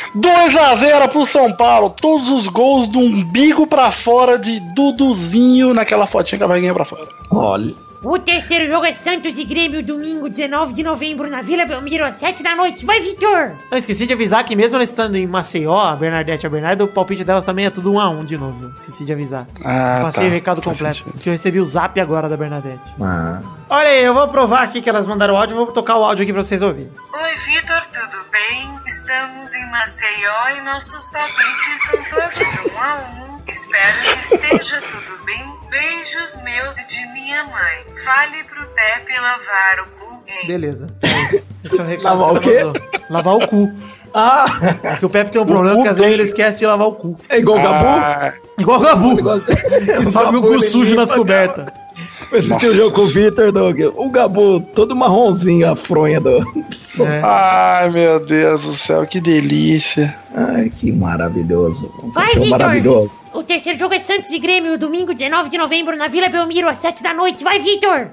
2x0 pro São Paulo. Todos os gols do umbigo pra fora de Duduzinho naquela fotinha com a barriguinha pra fora. Olha. O terceiro jogo é Santos e Grêmio, domingo 19 de novembro, na Vila Belmiro, às 7 da noite. Vai, Vitor! Eu esqueci de avisar que mesmo ela estando em Maceió, a Bernadette e a Bernarda, o palpite delas também é tudo 1x1 de novo. Esqueci de avisar. Passei o recado completo, porque eu recebi o zap agora da Bernadette. Olha aí, eu vou provar aqui que elas mandaram o áudio, vou tocar o áudio aqui pra vocês ouvirem. Oi, Vitor, tudo bem? Estamos em Maceió e nossos palpites são todos 1x1. Espero que esteja tudo bem. Beijos meus e de minha mãe. Fale pro Pepe lavar o cu. Beleza. Esse é o recado. Lavar o quê? Lavar o cu. Porque o Pepe tem um problema que às vezes ele esquece de lavar o cu. É igual o Gabu? Igual o Gabu. Que sobe o cu sujo nas cobertas. Eu assisti o jogo com o Vitor, Doug. O Gabu, todo marronzinho, a fronha do... Ai, meu Deus do céu, que delícia. Ai, que maravilhoso. Vai, Vitor! Maravilhoso. O terceiro jogo é Santos e Grêmio, domingo 19 de novembro, na Vila Belmiro, às 7 da noite. Vai, Vitor!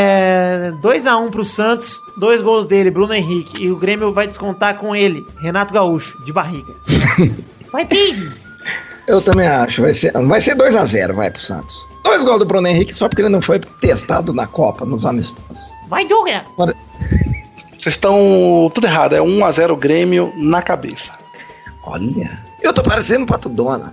2x1 pro Santos, 2 gols dele, Bruno Henrique. E o Grêmio vai descontar com ele, Renato Gaúcho, de barriga. Vai, Pedro! Eu também acho, vai ser 2x0, vai pro Santos. 2 gols do Bruno Henrique só porque ele não foi testado na Copa, nos amistosos. Vai, Douglas! Vocês estão tudo errado, é 1x0 Grêmio na cabeça. Olha, eu tô parecendo um Pato Dona.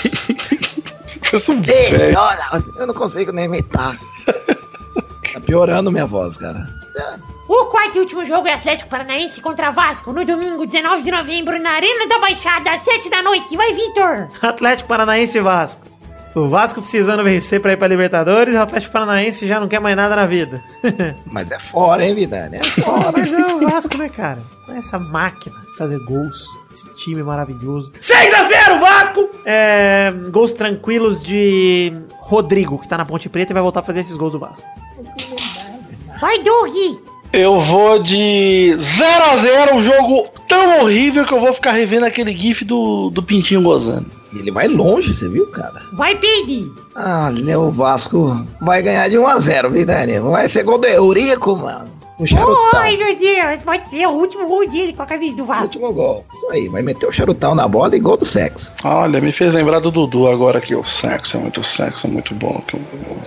Eu não consigo nem imitar. Tá piorando minha voz, cara. O quarto e último jogo é Atlético Paranaense contra Vasco, no domingo 19 de novembro, na Arena da Baixada, às 7 da noite. Vai, Vitor! Atlético Paranaense e Vasco. O Vasco precisando vencer pra ir pra Libertadores, o Atlético Paranaense já não quer mais nada na vida. Mas é fora, hein, Vidani? É fora. Mas é o Vasco, né, cara? Essa máquina de fazer gols. Esse time maravilhoso. 6x0, Vasco! Gols tranquilos de Rodrigo, que tá na Ponte Preta e vai voltar a fazer esses gols do Vasco. Vai, Doug! Eu vou de 0x0, um jogo tão horrível que eu vou ficar revendo aquele gif do Pintinho gozando. Ele vai longe, você viu, cara? Vai, Pedro! Olha, o Vasco vai ganhar de 1x0, Vidani. Vai ser gol do Eurico, mano. O charutão. Ai, meu Deus, pode ser o último gol dele com a camisa do Vasco. Último gol. Isso aí, vai meter o charutão na bola e gol do sexo. Olha, me fez lembrar do Dudu agora que o sexo é muito bom. Que o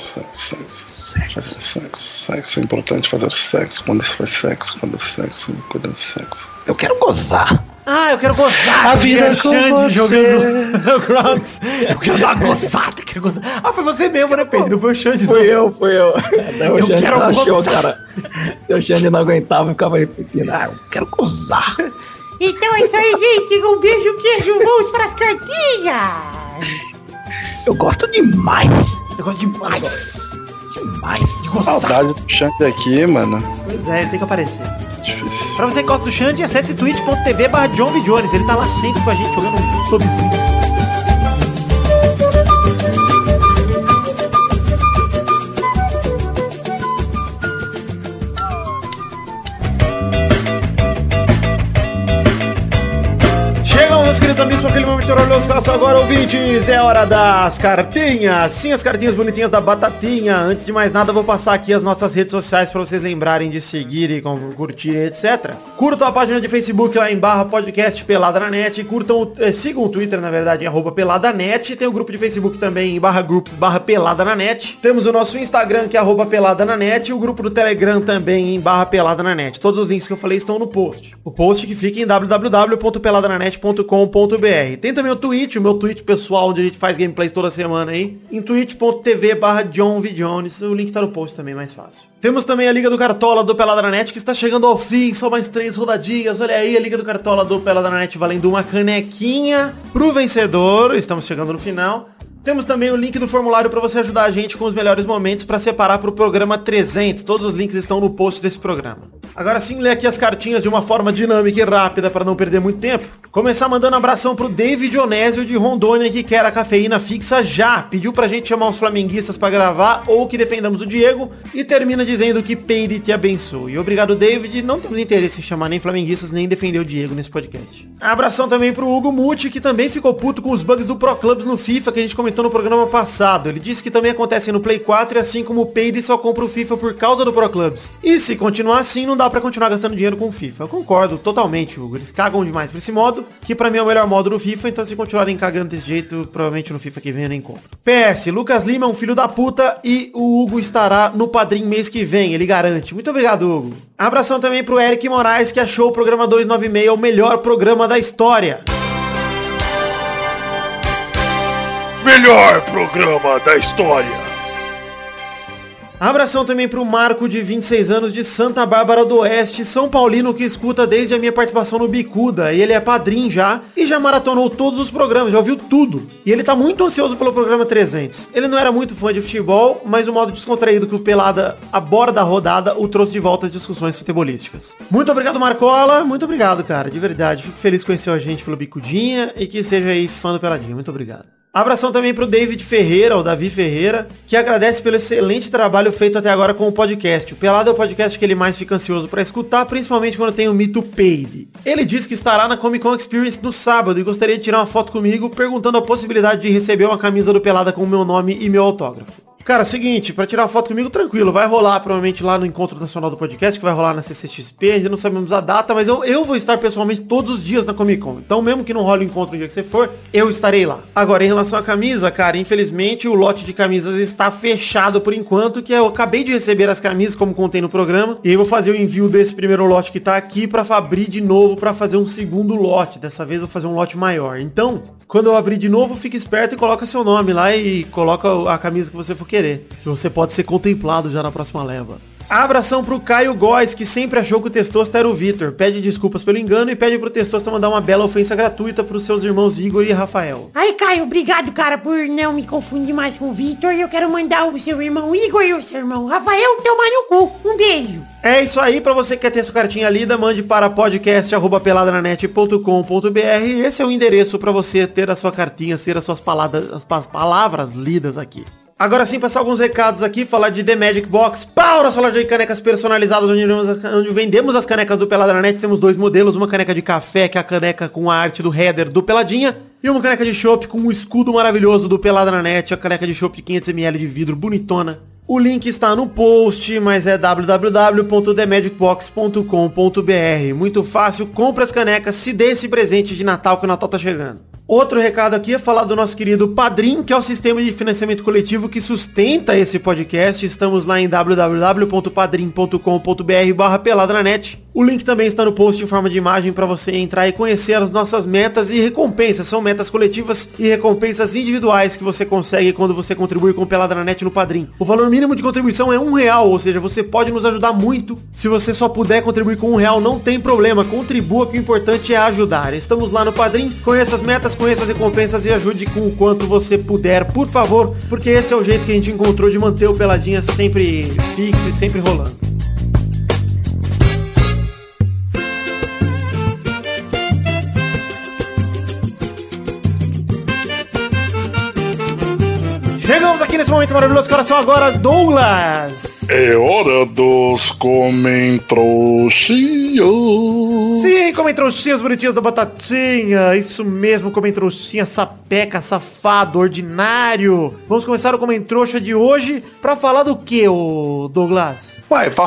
sexo é importante fazer sexo. Quando se faz sexo, quando sexo. Eu quero gozar. Eu quero gozar. A vida é com você. Jogando no Grounds. Eu quero dar uma gozada, quero gozar. Foi você mesmo, né, Pedro? Não foi o Xande, Foi eu. Até o Xande quero achou, gozar. cara. O Xande não aguentava e ficava repetindo. Eu quero gozar. Então é isso aí, gente. Um beijo, queijo. Vamos pras cartinhas. Eu gosto demais. Eu gosto demais. De gozar. Saudade do Xande aqui, mano. Pois é, ele tem que aparecer. Difícil. Pra você que gosta do Xande, acesse twitch.tv/JohnVJones. Ele tá lá sempre com a gente jogando um sobrecinho. Chegam, meus queridos agora, ouvintes, é hora das cartinhas. Sim, as cartinhas bonitinhas da Batatinha. Antes de mais nada, eu vou passar aqui as nossas redes sociais para vocês lembrarem de seguir e curtir, etc. Curtam a página de Facebook lá em /podcast Pelada na Net. Sigam o Twitter, na verdade, em @peladanet. Tem o grupo de Facebook também em /groups /pelada na net. Temos o nosso Instagram, que é @pelada na net. E o grupo do Telegram também em /pelada na net. Todos os links que eu falei estão no post. O post que fica em www.peladananet.com.br. Tem também o Twitch, o meu Twitch pessoal, onde a gente faz gameplays toda semana aí, em twitch.tv/JohnVJones. O link tá no post também, mais fácil. Temos também a Liga do Cartola do Pelada na Net, que está chegando ao fim, só mais 3 rodadinhas. Olha aí, a Liga do Cartola do Pelada na Net valendo uma canequinha pro vencedor. Estamos chegando no final. Temos também o link do formulário para você ajudar a gente com os melhores momentos para separar para o programa 300. Todos os links estão no post desse programa. Agora sim, lê aqui as cartinhas de uma forma dinâmica e rápida para não perder muito tempo. Começar mandando abração pro David Onésio de Rondônia, que quer a cafeína fixa já. Pediu pra gente chamar os flamenguistas para gravar ou que defendamos o Diego. E termina dizendo que Peide te abençoe. Obrigado, David. Não temos interesse em chamar nem flamenguistas nem defender o Diego nesse podcast. Abração também pro Hugo Muti, que também ficou puto com os bugs do Pro Clubs no FIFA que a gente comentou no programa passado. Ele disse que também acontece no Play 4 e assim como o Peide só compra o FIFA por causa do Pro Clubs. E se continuar assim, não dá pra continuar gastando dinheiro com o FIFA. Eu concordo totalmente, Hugo. Eles cagam demais pra esse modo, que pra mim é o melhor modo do FIFA, então se continuarem cagando desse jeito, provavelmente no FIFA que vem eu nem compro. PS, Lucas Lima é um filho da puta e o Hugo estará no Padrim mês que vem, ele garante. Muito obrigado, Hugo. Abração também pro Eric Moraes, que achou o programa 296 o melhor programa da história. Melhor programa da história. Abração também pro Marco, de 26 anos, de Santa Bárbara do Oeste, São Paulino, que escuta desde a minha participação no Bicuda. E ele é padrinho já, e já maratonou todos os programas, já ouviu tudo. E ele tá muito ansioso pelo programa 300. Ele não era muito fã de futebol, mas o modo descontraído que o Pelada aborda a rodada o trouxe de volta às discussões futebolísticas. Muito obrigado, Marcola. Muito obrigado, cara, de verdade. Fico feliz que conheceu a gente pelo Bicudinha e que seja aí fã do Peladinho. Muito obrigado. Abração também pro David Ferreira, o Davi Ferreira, que agradece pelo excelente trabalho feito até agora com o podcast. O Pelado é o podcast que ele mais fica ansioso pra escutar, principalmente quando tem o mito Peide. Ele diz que estará na Comic Con Experience no sábado e gostaria de tirar uma foto comigo, perguntando a possibilidade de receber uma camisa do Pelada com o meu nome e meu autógrafo. Cara, seguinte, pra tirar uma foto comigo, tranquilo, vai rolar provavelmente lá no Encontro Nacional do Podcast, que vai rolar na CCXP, ainda não sabemos a data, mas eu vou estar pessoalmente todos os dias na Comic Con, então mesmo que não role o encontro no dia que você for, eu estarei lá. Agora, em relação à camisa, cara, infelizmente o lote de camisas está fechado por enquanto, que eu acabei de receber as camisas, como contei no programa, e eu vou fazer o envio desse primeiro lote que tá aqui pra abrir de novo pra fazer um segundo lote, dessa vez eu vou fazer um lote maior, então... Quando eu abrir de novo, fique esperto e coloca seu nome lá e coloca a camisa que você for querer. Que você pode ser contemplado já na próxima leva. Abração pro Caio Góes, que sempre achou que o Testosta era o Vitor. Pede desculpas pelo engano e pede pro Testosta mandar uma bela ofensa gratuita pros seus irmãos Igor e Rafael. Ai, Caio, obrigado, cara, por não me confundir mais com o Vitor. Eu quero mandar o seu irmão Igor e o seu irmão Rafael tomar no cu. Um beijo. É isso aí, pra você que quer ter sua cartinha lida, mande para podcast@peladananet.com.br. Esse é o endereço pra você ter a sua cartinha, ter as suas palavras lidas aqui. Agora sim, passar alguns recados aqui, falar de The Magic Box, para falar de canecas personalizadas, onde vendemos as canecas do Pelada na Net. Temos 2 modelos, uma caneca de café, que é a caneca com a arte do header do Peladinha, e uma caneca de chopp com o escudo maravilhoso do Pelada na Net, a caneca de chopp de 500ml de vidro bonitona. O link está no post, mas é www.themagicbox.com.br. Muito fácil, compre as canecas, se dê esse presente de Natal, que o Natal tá chegando. Outro recado aqui é falar do nosso querido Padrim, que é o sistema de financiamento coletivo que sustenta esse podcast. Estamos lá em www.padrim.com.br/peladananet. O link também está no post em forma de imagem para você entrar e conhecer as nossas metas e recompensas. São metas coletivas e recompensas individuais que você consegue quando você contribui com o Pelada na Net no Padrim. O valor mínimo de contribuição é R$1, ou seja, você pode nos ajudar muito. Se você só puder contribuir com R$1, não tem problema. Contribua, que o importante é ajudar. Estamos lá no Padrim, conheça as metas, conheça as recompensas e ajude com o quanto você puder, por favor, porque esse é o jeito que a gente encontrou de manter o Peladinha sempre fixo e sempre rolando. Chegamos aqui nesse momento maravilhoso, coração agora, Douglas. É hora dos Comentrouxinhos. Sim, Comentrouxinhas bonitinhas da Batatinha. Isso mesmo, Comentrouxinha, sapeca, safado, ordinário. Vamos começar o Comentrouxa de hoje pra falar do que, ô Douglas? Uai, pra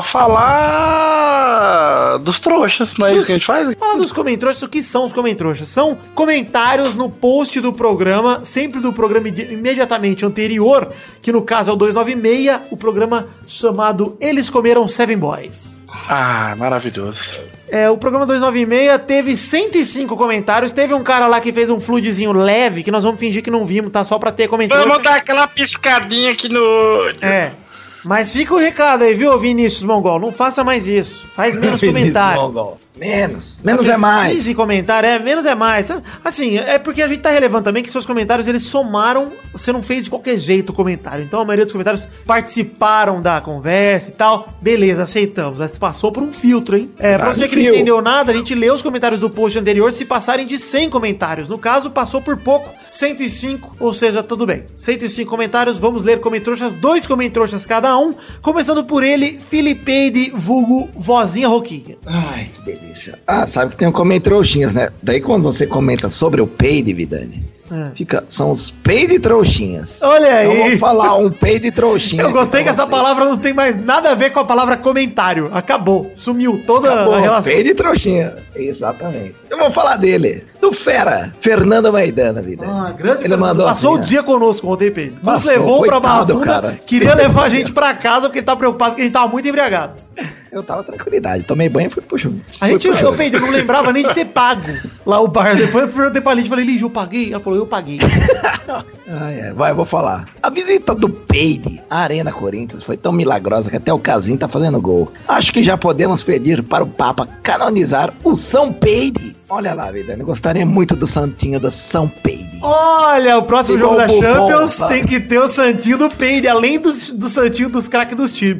falar dos trouxas, não é isso que a gente faz? Falar dos Comentrouxas, o que são os Comentrouxas? São comentários no post do programa, sempre do programa imediatamente anterior, que no caso é o 296, o programa chamado Eles Comeram Seven Boys. Ah, maravilhoso. O programa 296 teve 105 comentários. Teve um cara lá que fez um floodzinho leve, que nós vamos fingir que não vimos, tá? Só pra ter comentário. Vamos dar aquela piscadinha aqui no olho. Mas fica o recado aí, viu, Vinícius Mongol? Não faça mais isso. Faz menos comentário. Mongol. Menos é mais. 15 comentários, menos é mais. Assim, é porque a gente tá relevando também que seus comentários, eles somaram, você não fez de qualquer jeito o comentário. Então a maioria dos comentários participaram da conversa e tal. Beleza, aceitamos. Mas passou por um filtro, hein? Pra você que não entendeu nada, a gente lê os comentários do post anterior se passarem de 100 comentários. No caso, passou por pouco, 105, ou seja, tudo bem. 105 comentários, vamos ler Comentrouxas, 2 Comentrouxas cada um. Começando por ele, Filipeide, vulgo Vozinha Roquinha. Ai, que delícia. Sabe que tem um Comentrouxinhas, né? Daí quando você comenta sobre o peide, Vidani, são os peide trouxinhas. Olha aí. Então vou falar um peide trouxinha. Eu gostei que essa palavra não tem mais nada a ver com a palavra comentário. Acabou. Sumiu toda a relação. Peide trouxinha. Exatamente. Eu vou falar dele. Do Fera. Fernando Maidana, Vidani. Grande. Ele mandou passou assim, o dia conosco ontem, Peide. Nos Passou, levou pra coitado, Barra cara. Queria levar a gente pra casa porque ele tá preocupado porque a gente tava muito embriagado. Eu tava tranquilidade, tomei banho e fui puxo. A gente achou, Peide, eu não lembrava nem de ter pago lá o bar. Depois eu perguntei pra Lígia, falei, Lígia, eu paguei? Ela falou, eu paguei. Vai, eu vou falar. A visita do Peide à Arena Corinthians foi tão milagrosa que até o Casim tá fazendo gol. Acho que já podemos pedir para o Papa canonizar o São Peide. Olha lá, Vidani, gostaria muito do santinho do São Peide. Olha, o próximo Igual jogo da Buffon, Champions sabe? tem que ter o santinho do Peide, além do santinho dos craques dos times.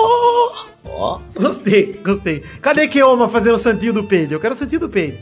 Gostei. Cadê Keoma fazendo o santinho do Peide? Eu quero o santinho do Peide.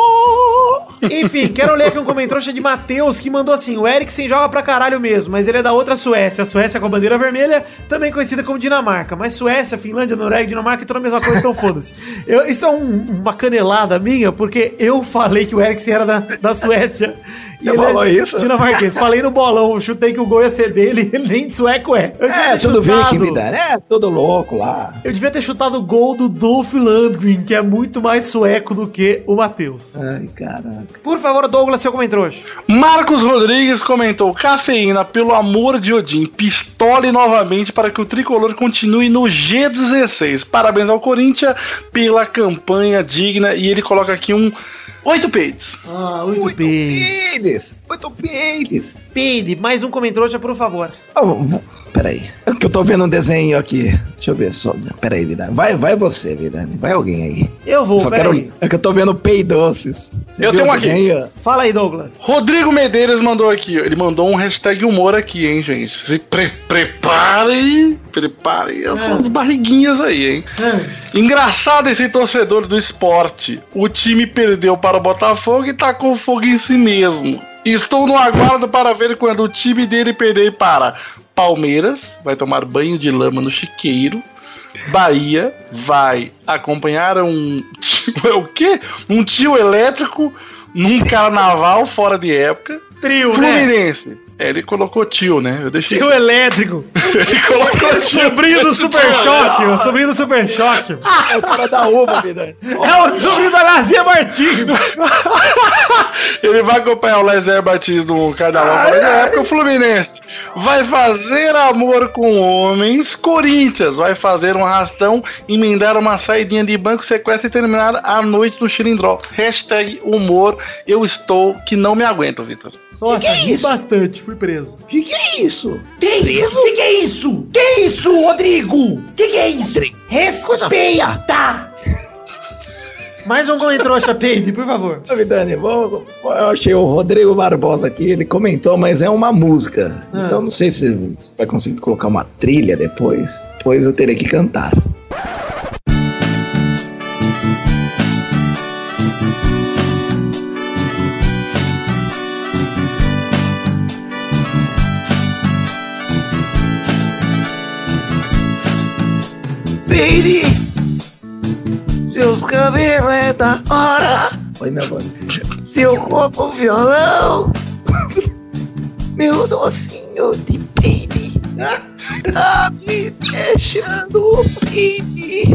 Enfim, quero ler aqui um comentário de Matheus que mandou assim: o Eriksen joga pra caralho mesmo, mas ele é da outra Suécia. A Suécia com a bandeira vermelha, também conhecida como Dinamarca. Mas Suécia, Finlândia, Noruega, Dinamarca é tudo a mesma coisa, então foda-se. Isso é uma canelada minha, porque eu falei que o Eriksen era da Suécia. Você falou isso? Dinamarquês. Falei no bolão, chutei que o gol ia ser dele, ele nem de sueco é. Tudo Viking, Vidani. Tudo louco lá. Eu devia ter chutado o gol do Dolph Lundgren, que é muito mais sueco do que o Matheus. Ai, caraca. Por favor, Douglas, seu comentário. Marcos Rodrigues comentou: cafeína, pelo amor de Odin, pistole novamente para que o tricolor continue no G16. Parabéns ao Corinthians pela campanha digna. E ele coloca aqui 8 peides. 8 peides. 8 peides. Peide, mais um comentário, por favor. Peraí. É que eu tô vendo um desenho aqui. Deixa eu ver só. Peraí, Vidani. Vai você, Vidani. Vai alguém aí. Eu vou, peraí. É que eu tô vendo peidoces. Eu tenho um aqui. Fala aí, Douglas. Rodrigo Medeiros mandou aqui. Ele mandou um hashtag humor aqui, hein, gente. Se preparem essas barriguinhas aí, hein. Engraçado esse torcedor do esporte. O time perdeu para o Botafogo e tá com fogo em si mesmo. Estou no aguardo para ver quando o time dele perder para Palmeiras, vai tomar banho de lama no chiqueiro. Bahia vai acompanhar um tio elétrico num carnaval fora de época. Trio, Fluminense. Né? Ele colocou tio, né? Eu deixei. Tio elétrico. Ele colocou tio. Sobrinho do Super Choque. O sobrinho do Super Choque. É o cara da uva, Vidani. É o sobrinho da Lazia Martins. Ele vai acompanhar o Lazia Martins no carnaval fora de época. O Fluminense vai fazer amor com homens. Corinthians vai fazer um arrastão, emendar uma saidinha de banco, sequestro e terminar a noite no Chilindró. Hashtag humor. Eu estou que não me aguento, Vitor. Nossa, ri bastante, fui preso. Que é isso? Que é isso? Que é isso, Rodrigo? Que é isso? Respeita! Mais um comentário, Peide, por favor. Vidani, eu achei o Rodrigo Barbosa aqui, ele comentou, mas é uma música. Então não sei se você vai conseguir colocar uma trilha depois. Depois eu terei que cantar. Peide, seus cabelos é da hora. Oi, meu amor. Seu corpo violão, meu docinho de peide, tá me deixando peide.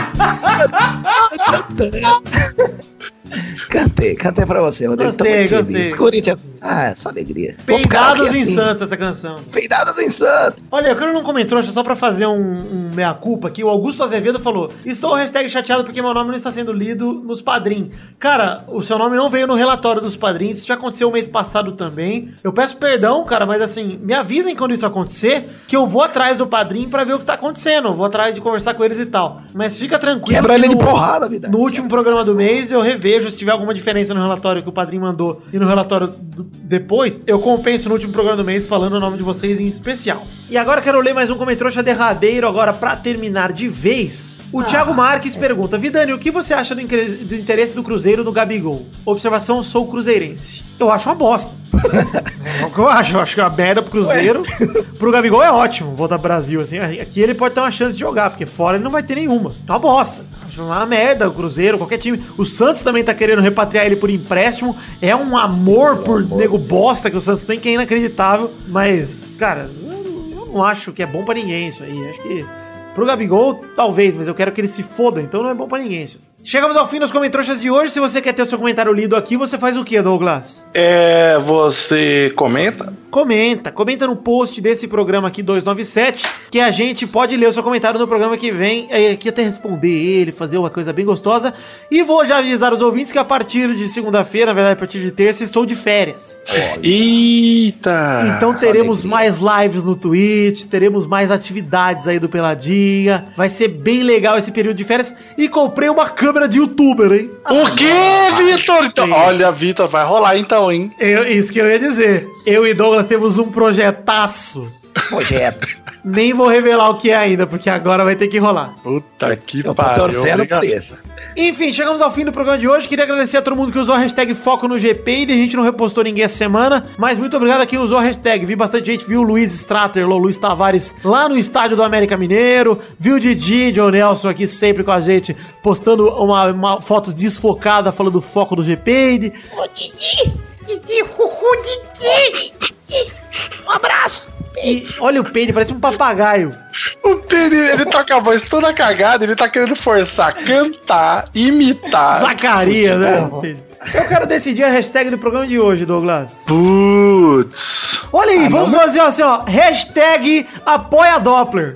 Cantei pra você, Rodrigo. Gostei. Corinthians. Ah, só alegria. Peidados em Santos, essa canção. Peidados em Santos. Olha, eu quero não comentou, só pra fazer um meia-culpa aqui, o Augusto Azevedo falou: estou hashtag chateado porque meu nome não está sendo lido nos padrinhos. Cara, o seu nome não veio no relatório dos padrinhos, isso já aconteceu o mês passado também. Eu peço perdão, cara, mas assim, me avisem quando isso acontecer, que eu vou atrás do padrinho pra ver o que tá acontecendo. Eu vou atrás de conversar com eles e tal. Mas fica tranquilo. Quebra ele de porrada, vida. No último programa do mês, eu revejo se tiver alguma diferença no relatório que o padrinho mandou e no relatório depois, eu compenso no último programa do mês falando o nome de vocês em especial. E agora quero ler mais um comentário derradeiro agora pra terminar de vez. O Thiago Marques pergunta: Vidani, o que você acha do interesse do Cruzeiro no Gabigol? Observação, sou cruzeirense. Eu acho uma bosta. É o que eu acho. Eu acho que a merda pro Cruzeiro. Pro Gabigol é ótimo voltar pro Brasil, assim. Aqui ele pode ter uma chance de jogar, porque fora ele não vai ter nenhuma. É uma bosta. Acho uma merda o Cruzeiro, qualquer time. O Santos também tá querendo repatriar ele por empréstimo. É um amor por nego bosta que o Santos tem, que é inacreditável. Mas, cara, eu não acho que é bom pra ninguém isso aí. Acho que pro Gabigol, talvez, mas eu quero que ele se foda, então não é bom pra ninguém isso. Chegamos ao fim dos comentários de hoje. Se você quer ter o seu comentário lido aqui, você faz o que, Douglas? Você comenta? Comenta no post desse programa aqui, 297, que a gente pode ler o seu comentário no programa que vem, aqui até responder ele, fazer uma coisa bem gostosa. E vou já avisar os ouvintes que a partir de segunda-feira, na verdade a partir de terça, estou de férias. Eita! Então teremos mais lives no Twitch, teremos mais atividades aí do Peladinha. Vai ser bem legal esse período de férias. E comprei uma câmera de youtuber, hein? O quê, Vitor? Então, olha, Vitor, vai rolar então, hein? Isso que eu ia dizer. Eu e Douglas temos um projetaço. Nem vou revelar o que é ainda, porque agora vai ter que rolar. Puta que pariu. Eu tô torcendo por isso. Enfim, chegamos ao fim do programa de hoje. Queria agradecer a todo mundo que usou a hashtag Foco no GP. E a gente não repostou ninguém essa semana, mas muito obrigado a quem usou a hashtag. Vi bastante gente, viu o Luiz Strater, o Luiz Tavares lá no estádio do América Mineiro. Viu o Didi, John Nelson aqui sempre com a gente, postando uma foto desfocada falando do foco do GP. Ô Didi! Didi, Didi! Um abraço! E olha o Peide, parece um papagaio. O Peide, ele tá com a voz toda cagada, ele tá querendo forçar, cantar, imitar. Zacarias, né? Eu quero decidir a hashtag do programa de hoje, Douglas. Putz. Olha aí, vamos fazer assim, ó. Hashtag apoia Doppler.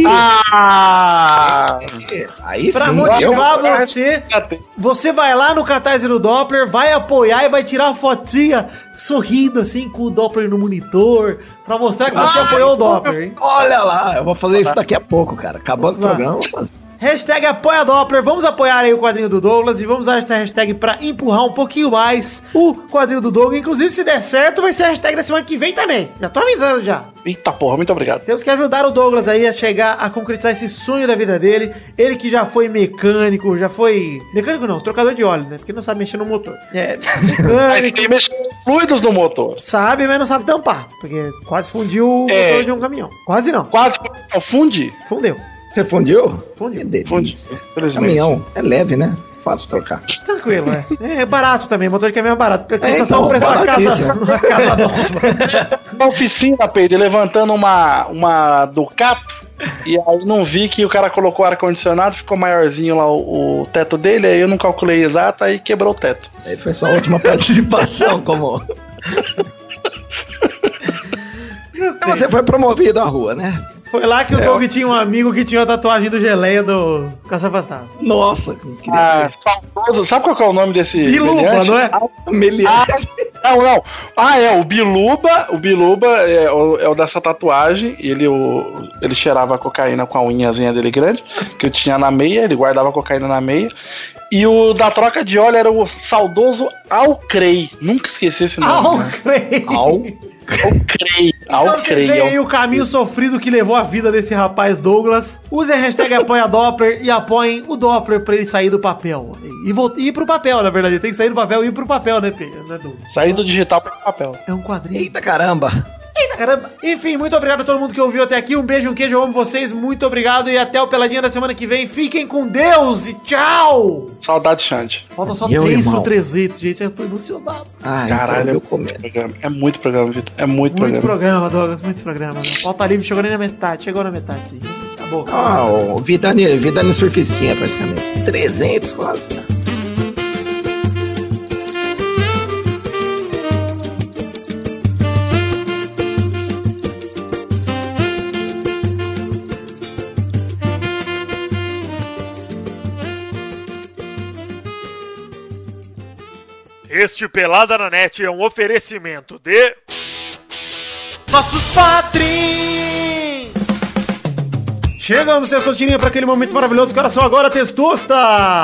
Aí pra sim. motivar você vai lá no Catarse do Doppler, vai apoiar e vai tirar a fotinha sorrindo assim com o Doppler no monitor, pra mostrar que você apoiou o Doppler, hein? Olha lá, eu vou fazer isso daqui a pouco, cara. Acabando o programa, eu vou fazer. Hashtag apoia Doppler, vamos apoiar aí o quadrinho do Douglas e vamos usar essa hashtag pra empurrar um pouquinho mais o quadrinho do Douglas. Inclusive, se der certo, vai ser a hashtag da semana que vem também. Já tô avisando já. Eita porra, muito obrigado. Temos que ajudar o Douglas aí a chegar a concretizar esse sonho da vida dele. Ele que já foi mecânico, Mecânico não, trocador de óleo, né? Porque não sabe mexer no motor. Mecânico. Mas tem mexer nos fluidos do motor. Sabe, mas não sabe tampar. Porque quase fundiu o motor de um caminhão. Quase não. Quase funde? Fundeu. Você fundiu? Fundiu. Caminhão. É leve, né? Fácil trocar. Tranquilo, é. É barato também. Motor de caminhão é barato. Custa então, só o preço da casa nova. Na oficina, Pedro, levantando uma Ducato. E aí não vi que o cara colocou ar-condicionado, ficou maiorzinho lá o teto dele, aí eu não calculei exato, aí quebrou o teto. Aí foi só a última participação, como... Então você foi promovido à rua, né? Foi lá que o Doug tinha um amigo que tinha a tatuagem do Geleia do Caça-Fantasma. Nossa, que saudoso. Sabe qual que é o nome desse Biluba, não é? Não. O Biluba. O Biluba é o dessa tatuagem. Ele cheirava a cocaína com a unhazinha dele grande, que ele tinha na meia, ele guardava a cocaína na meia. E o da troca de óleo era o saudoso Alcrei. Nunca esqueci esse nome. Alcrei. Então vocês veem aí o caminho sofrido que levou a vida desse rapaz Douglas. Use a hashtag apoia Doppler e apoiem o Doppler pra ele sair do papel. E ir pro papel, na verdade. Tem que sair do papel e ir pro papel, né, Pedro? Sair do digital pro papel. É um quadrinho. Eita caramba! Eita, caramba. Enfim, muito obrigado a todo mundo que ouviu até aqui. Um beijo, um queijo, eu amo vocês. Muito obrigado e até o Peladinha da semana que vem. Fiquem com Deus e tchau. Saudade, Xande. Faltam só 3 pro 300, gente. Eu tô emocionado. Ai, caralho, eu comer. É muito programa, Vitor. É muito programa. Muito programa, Douglas. Muito programa. Pauta livre chegou nem na metade. Chegou na metade, sim. Acabou. Ah, o Vidani surfistinha praticamente. 300 quase. Este Pelada na Net é um oferecimento de... nossos padrinhos! Chegamos, Testosterinha, para aquele momento maravilhoso. Coração agora, Testosta!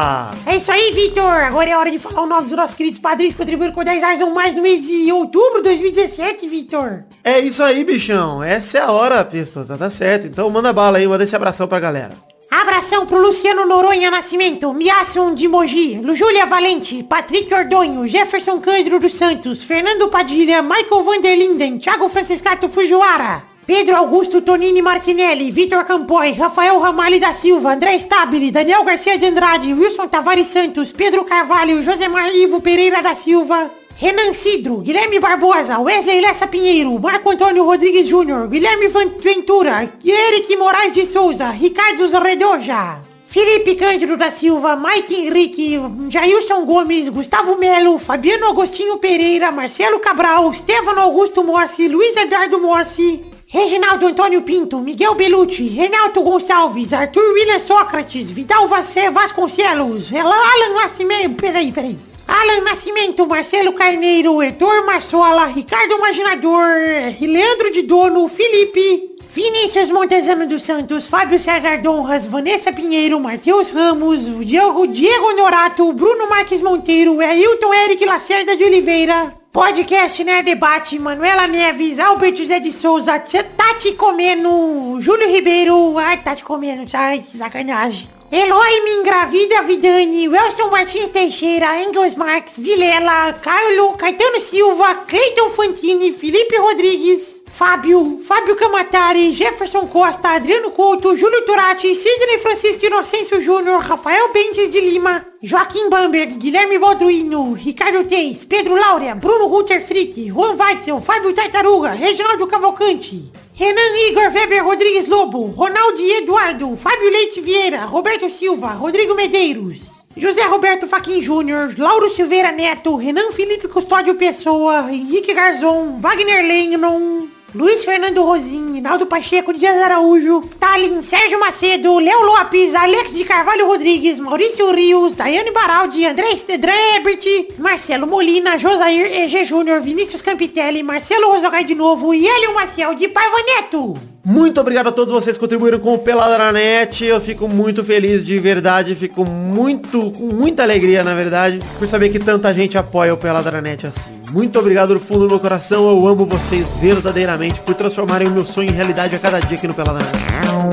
É isso aí, Vitor. Agora é hora de falar o nome dos nossos queridos padrinhos que contribuíram com 10 reais ou mais no mês de outubro de 2017, Vitor. É isso aí, bichão. Essa é a hora, Testosta. Tá certo. Então manda bala aí, manda esse abração pra galera. Abração pro Luciano Noronha Nascimento, Miasson de Mogi, Júlia Valente, Patrick Ordonho, Jefferson Cândido dos Santos, Fernando Padilha, Michael Vanderlinden, Thiago Franciscato Fujiwara, Pedro Augusto Tonini Martinelli, Vitor Campoy, Rafael Ramalho da Silva, André Stabile, Daniel Garcia de Andrade, Wilson Tavares Santos, Pedro Carvalho, Josemar Ivo Pereira da Silva, Renan Cidro, Guilherme Barbosa, Wesley Lessa Pinheiro, Marco Antônio Rodrigues Júnior, Guilherme Ventura, Eric Moraes de Souza, Ricardo Redoja, Felipe Cândido da Silva, Mike Henrique, Jailson Gomes, Gustavo Melo, Fabiano Agostinho Pereira, Marcelo Cabral, Stefano Augusto Mossi, Luiz Eduardo Mossi, Reginaldo Antônio Pinto, Miguel Belucci, Renato Gonçalves, Arthur William Sócrates, Vidal Vasconcelos, Alan Nascimento, peraí. Alan Nascimento, Marcelo Carneiro, Heitor Marçola, Ricardo Imaginador, Leandro de Dono, Felipe, Vinícius Montezano dos Santos, Fábio César Donras, Vanessa Pinheiro, Matheus Ramos, Diego Norato, Bruno Marques Monteiro, Ailton Eric Lacerda de Oliveira, Podcast Né Debate, Manuela Neves, Albert José de Souza, Tati Comeno, Júlio Ribeiro, Tati Comeno, ai, que sacanagem. Eloy Me Engravida Vidani, Wilson Martins Teixeira, Engels Marques, Vilela, Caetano Silva, Cleiton Fantini, Felipe Rodrigues, Fábio Camatari, Jefferson Costa, Adriano Couto, Júlio Turati, Sidney Francisco Inocêncio Júnior, Rafael Bentes de Lima, Joaquim Bamberg, Guilherme Balduino, Ricardo Teis, Pedro Laura, Bruno Ruter Frick, Juan Weitzel, Fábio Tartaruga, Reginaldo Cavalcante, Renan Igor Weber Rodrigues Lobo, Ronaldo Eduardo, Fábio Leite Vieira, Roberto Silva, Rodrigo Medeiros, José Roberto Faquin Júnior, Lauro Silveira Neto, Renan Felipe Custódio Pessoa, Henrique Garzon, Wagner Lennon, Luiz Fernando Rosim, Hinaldo Pacheco de Dias Araújo, Tallin, Sérgio Macedo, Léo Lopes, Alex de Carvalho Rodrigues, Maurício Rios, Daiane Baraldi, André Ebert, Marcelo Molina, Josair EG Júnior, Vinícius Campitelli, Marcelo Rosogai de Novo e Hélio Maciel de Paiva Neto. Muito obrigado a todos vocês que contribuíram com o Pelada na Net. Eu fico muito feliz, de verdade. Fico com muita alegria, na verdade, por saber que tanta gente apoia o Pelada na Net assim. Muito obrigado do fundo do meu coração. Eu amo vocês verdadeiramente por transformarem o meu sonho em realidade a cada dia aqui no Pelada na Net.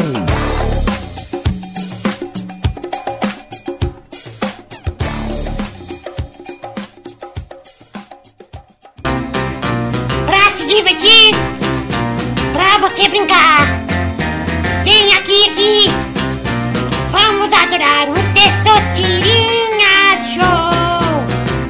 Pra se divertir, pra você brincar, vem aqui, vamos adorar o Testosterinha Show.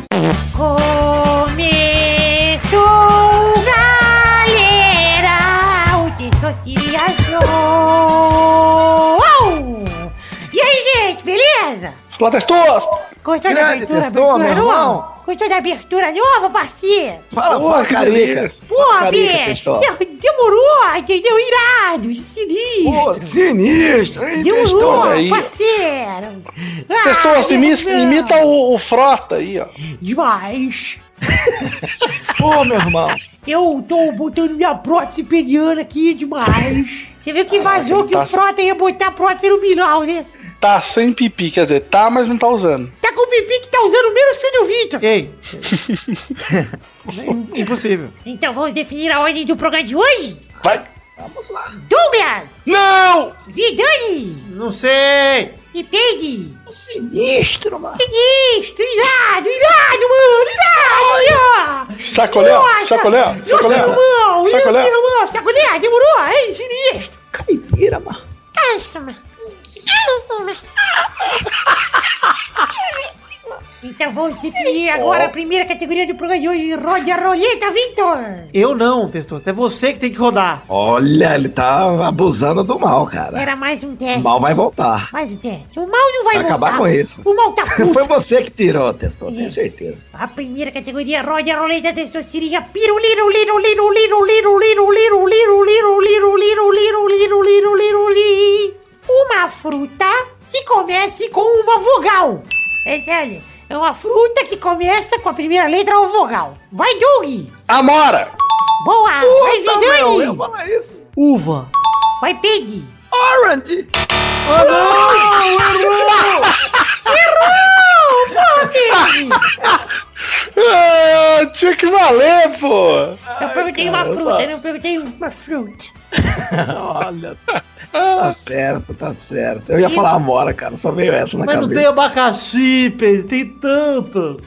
Começou, galera, o Testosterinha Show. E aí, gente, beleza? Fala, Testosta! Gostou da abertura nova? Gostou da abertura nova, parceiro? Fala, carica. Porra, bicho, demorou, entendeu? Irado, sinistro. Pô, sinistro, hein, demorou, aí. parceiro. Testosta, imita o Frota aí, ó. Demais. Pô, meu irmão. Eu tô botando minha prótese peniana aqui, demais. Você viu que vazou que o Frota ia botar a prótese no milhão, né? Tá sem pipi, quer dizer, tá, mas não tá usando. Tá com pipi que tá usando menos que o do Vitor. Ei. Impossível. Então vamos definir a ordem do programa de hoje? Vai. Vamos lá. Douglas. Não! Vidani. Não sei. E peide. Sinistro, mano. Sinistro, irado, mano, irado. Sacolé. Sacolé, demorou, hein, sinistro. Caipira, mano. Isso, mano. Então vamos definir agora a primeira categoria do programa de hoje. Rode a roleta, Victor. Eu não, Testosta. É você que tem que rodar. Olha, ele tá abusando do mal, cara. Era mais um teste. O mal vai voltar. Mais um teste. O mal não vai voltar. Acabar com isso. O mal tá puto. Foi você que tirou, Testosta, tenho certeza. A primeira categoria, rode a roleta, Testostirinha. Piruliro, liro, liro, liro, liro, liro, liro, liro, liro, liro, liro, liro, liro, liro, liro, li. Uma fruta que comece com uma vogal. É sério. É uma fruta que começa com a primeira letra ou vogal. Vai, Doug! Amora! Boa! Vai, Vidani! Eu ia falar isso. Uva. Vai, Pig! Orange! Oh, não! Errou! Porra, Pig! Tinha que valer, pô! Eu perguntei uma fruta, eu não perguntei uma fruta. Olha, tá certo. Eu ia falar amora, cara, só veio essa na Mas cabeça. não tem abacaxi, Peixe, tem tantas.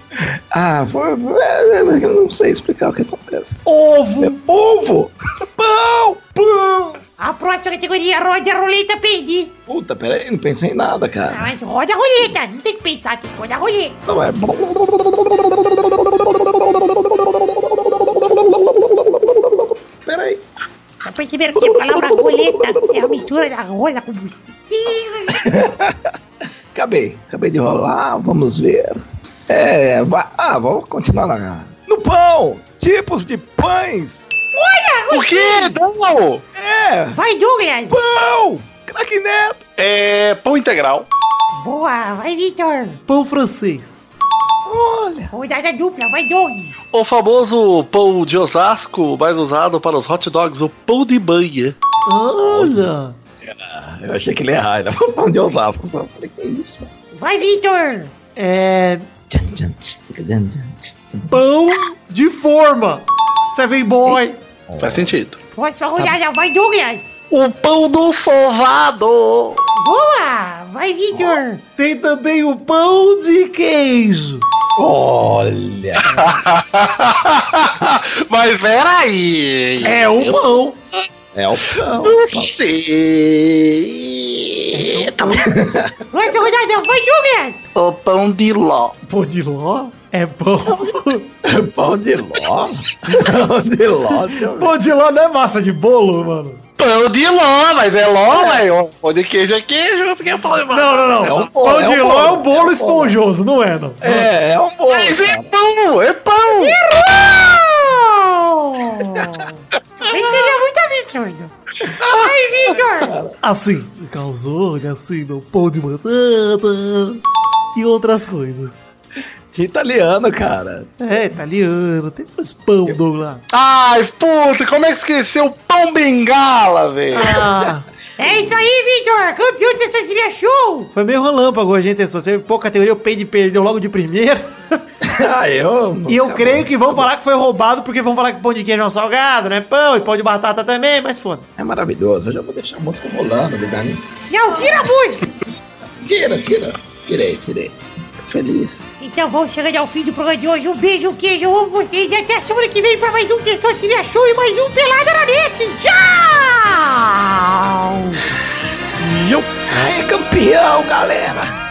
Eu não sei explicar o que acontece. Ovo. Ovo! Pão! A próxima categoria, rode a roleta, Pig. Puta, peraí, não pensei em nada, cara. Mas roda a roleta, não tem que pensar, tem que rodar a roleta. Não é. Peraí. Já perceberam que a palavra roleta é a mistura da rola com bucetinha? Acabei de rolar, vamos ver. Vamos continuar no pão! Tipos de pães! Olha! O quê? Não! Vai, Douglas! Pão! Craque Neto! Pão integral. Boa! Vai, Victor! Pão francês. Olha! Rodada dupla, vai, Doug! O famoso pão de Osasco, mais usado para os hot dogs, o pão de banha. Olha! Eu achei que ele ia errar, ele foi pão de Osasco, só falei, que isso, mano? Vai, Victor! Pão de forma. Seven Boys. Faz sentido. Próxima rodada, vai, Douglas! O pão do sovado. Boa! Vai, Victor! Tem também o pão de queijo. Olha! Mas peraí! É o pão. É o pão. Não sei. Próxima rodada, vai, Douglas! O pão de ló. Pão de ló? É pão. Pão de ló? Pão de ló, deixa eu ver. Pão de ló não é massa de bolo, mano? Pão de ló, mas é ló, velho. Pão de queijo é queijo, porque é pão de ló. Não. É um bolo, pão de ló é um bolo é um esponjoso, não é, não? É um bolo. Mas é cara. pão, é pão. Errou! Ele é muito absurdo. Vai, Victor! Assim, calzone, assim, no pão de batata e outras coisas. De italiano, cara. É, italiano, tem uns pão, Douglas. Ai, puta, como é que esqueceu o pão bengala, velho? Ah, É isso aí, Victor! Campeão de Testosteria Show! foi meio relâmpago a gente, teve pouca categoria, o Peide perdeu logo de primeira. E eu creio que vão falar que foi roubado, porque vão falar que pão de queijo é um salgado, né? Pão e pão de batata também, mas foda. É maravilhoso. Eu já vou deixar a música rolando, Vidani. Não, tira a música! Tira. Tirei. Tô feliz. Então vamos chegando ao fim do programa de hoje. Um beijo, um queijo, eu amo vocês e até a semana que vem pra mais um Testosteria Show e mais um Pelada na Net. Tchau! É campeão, galera!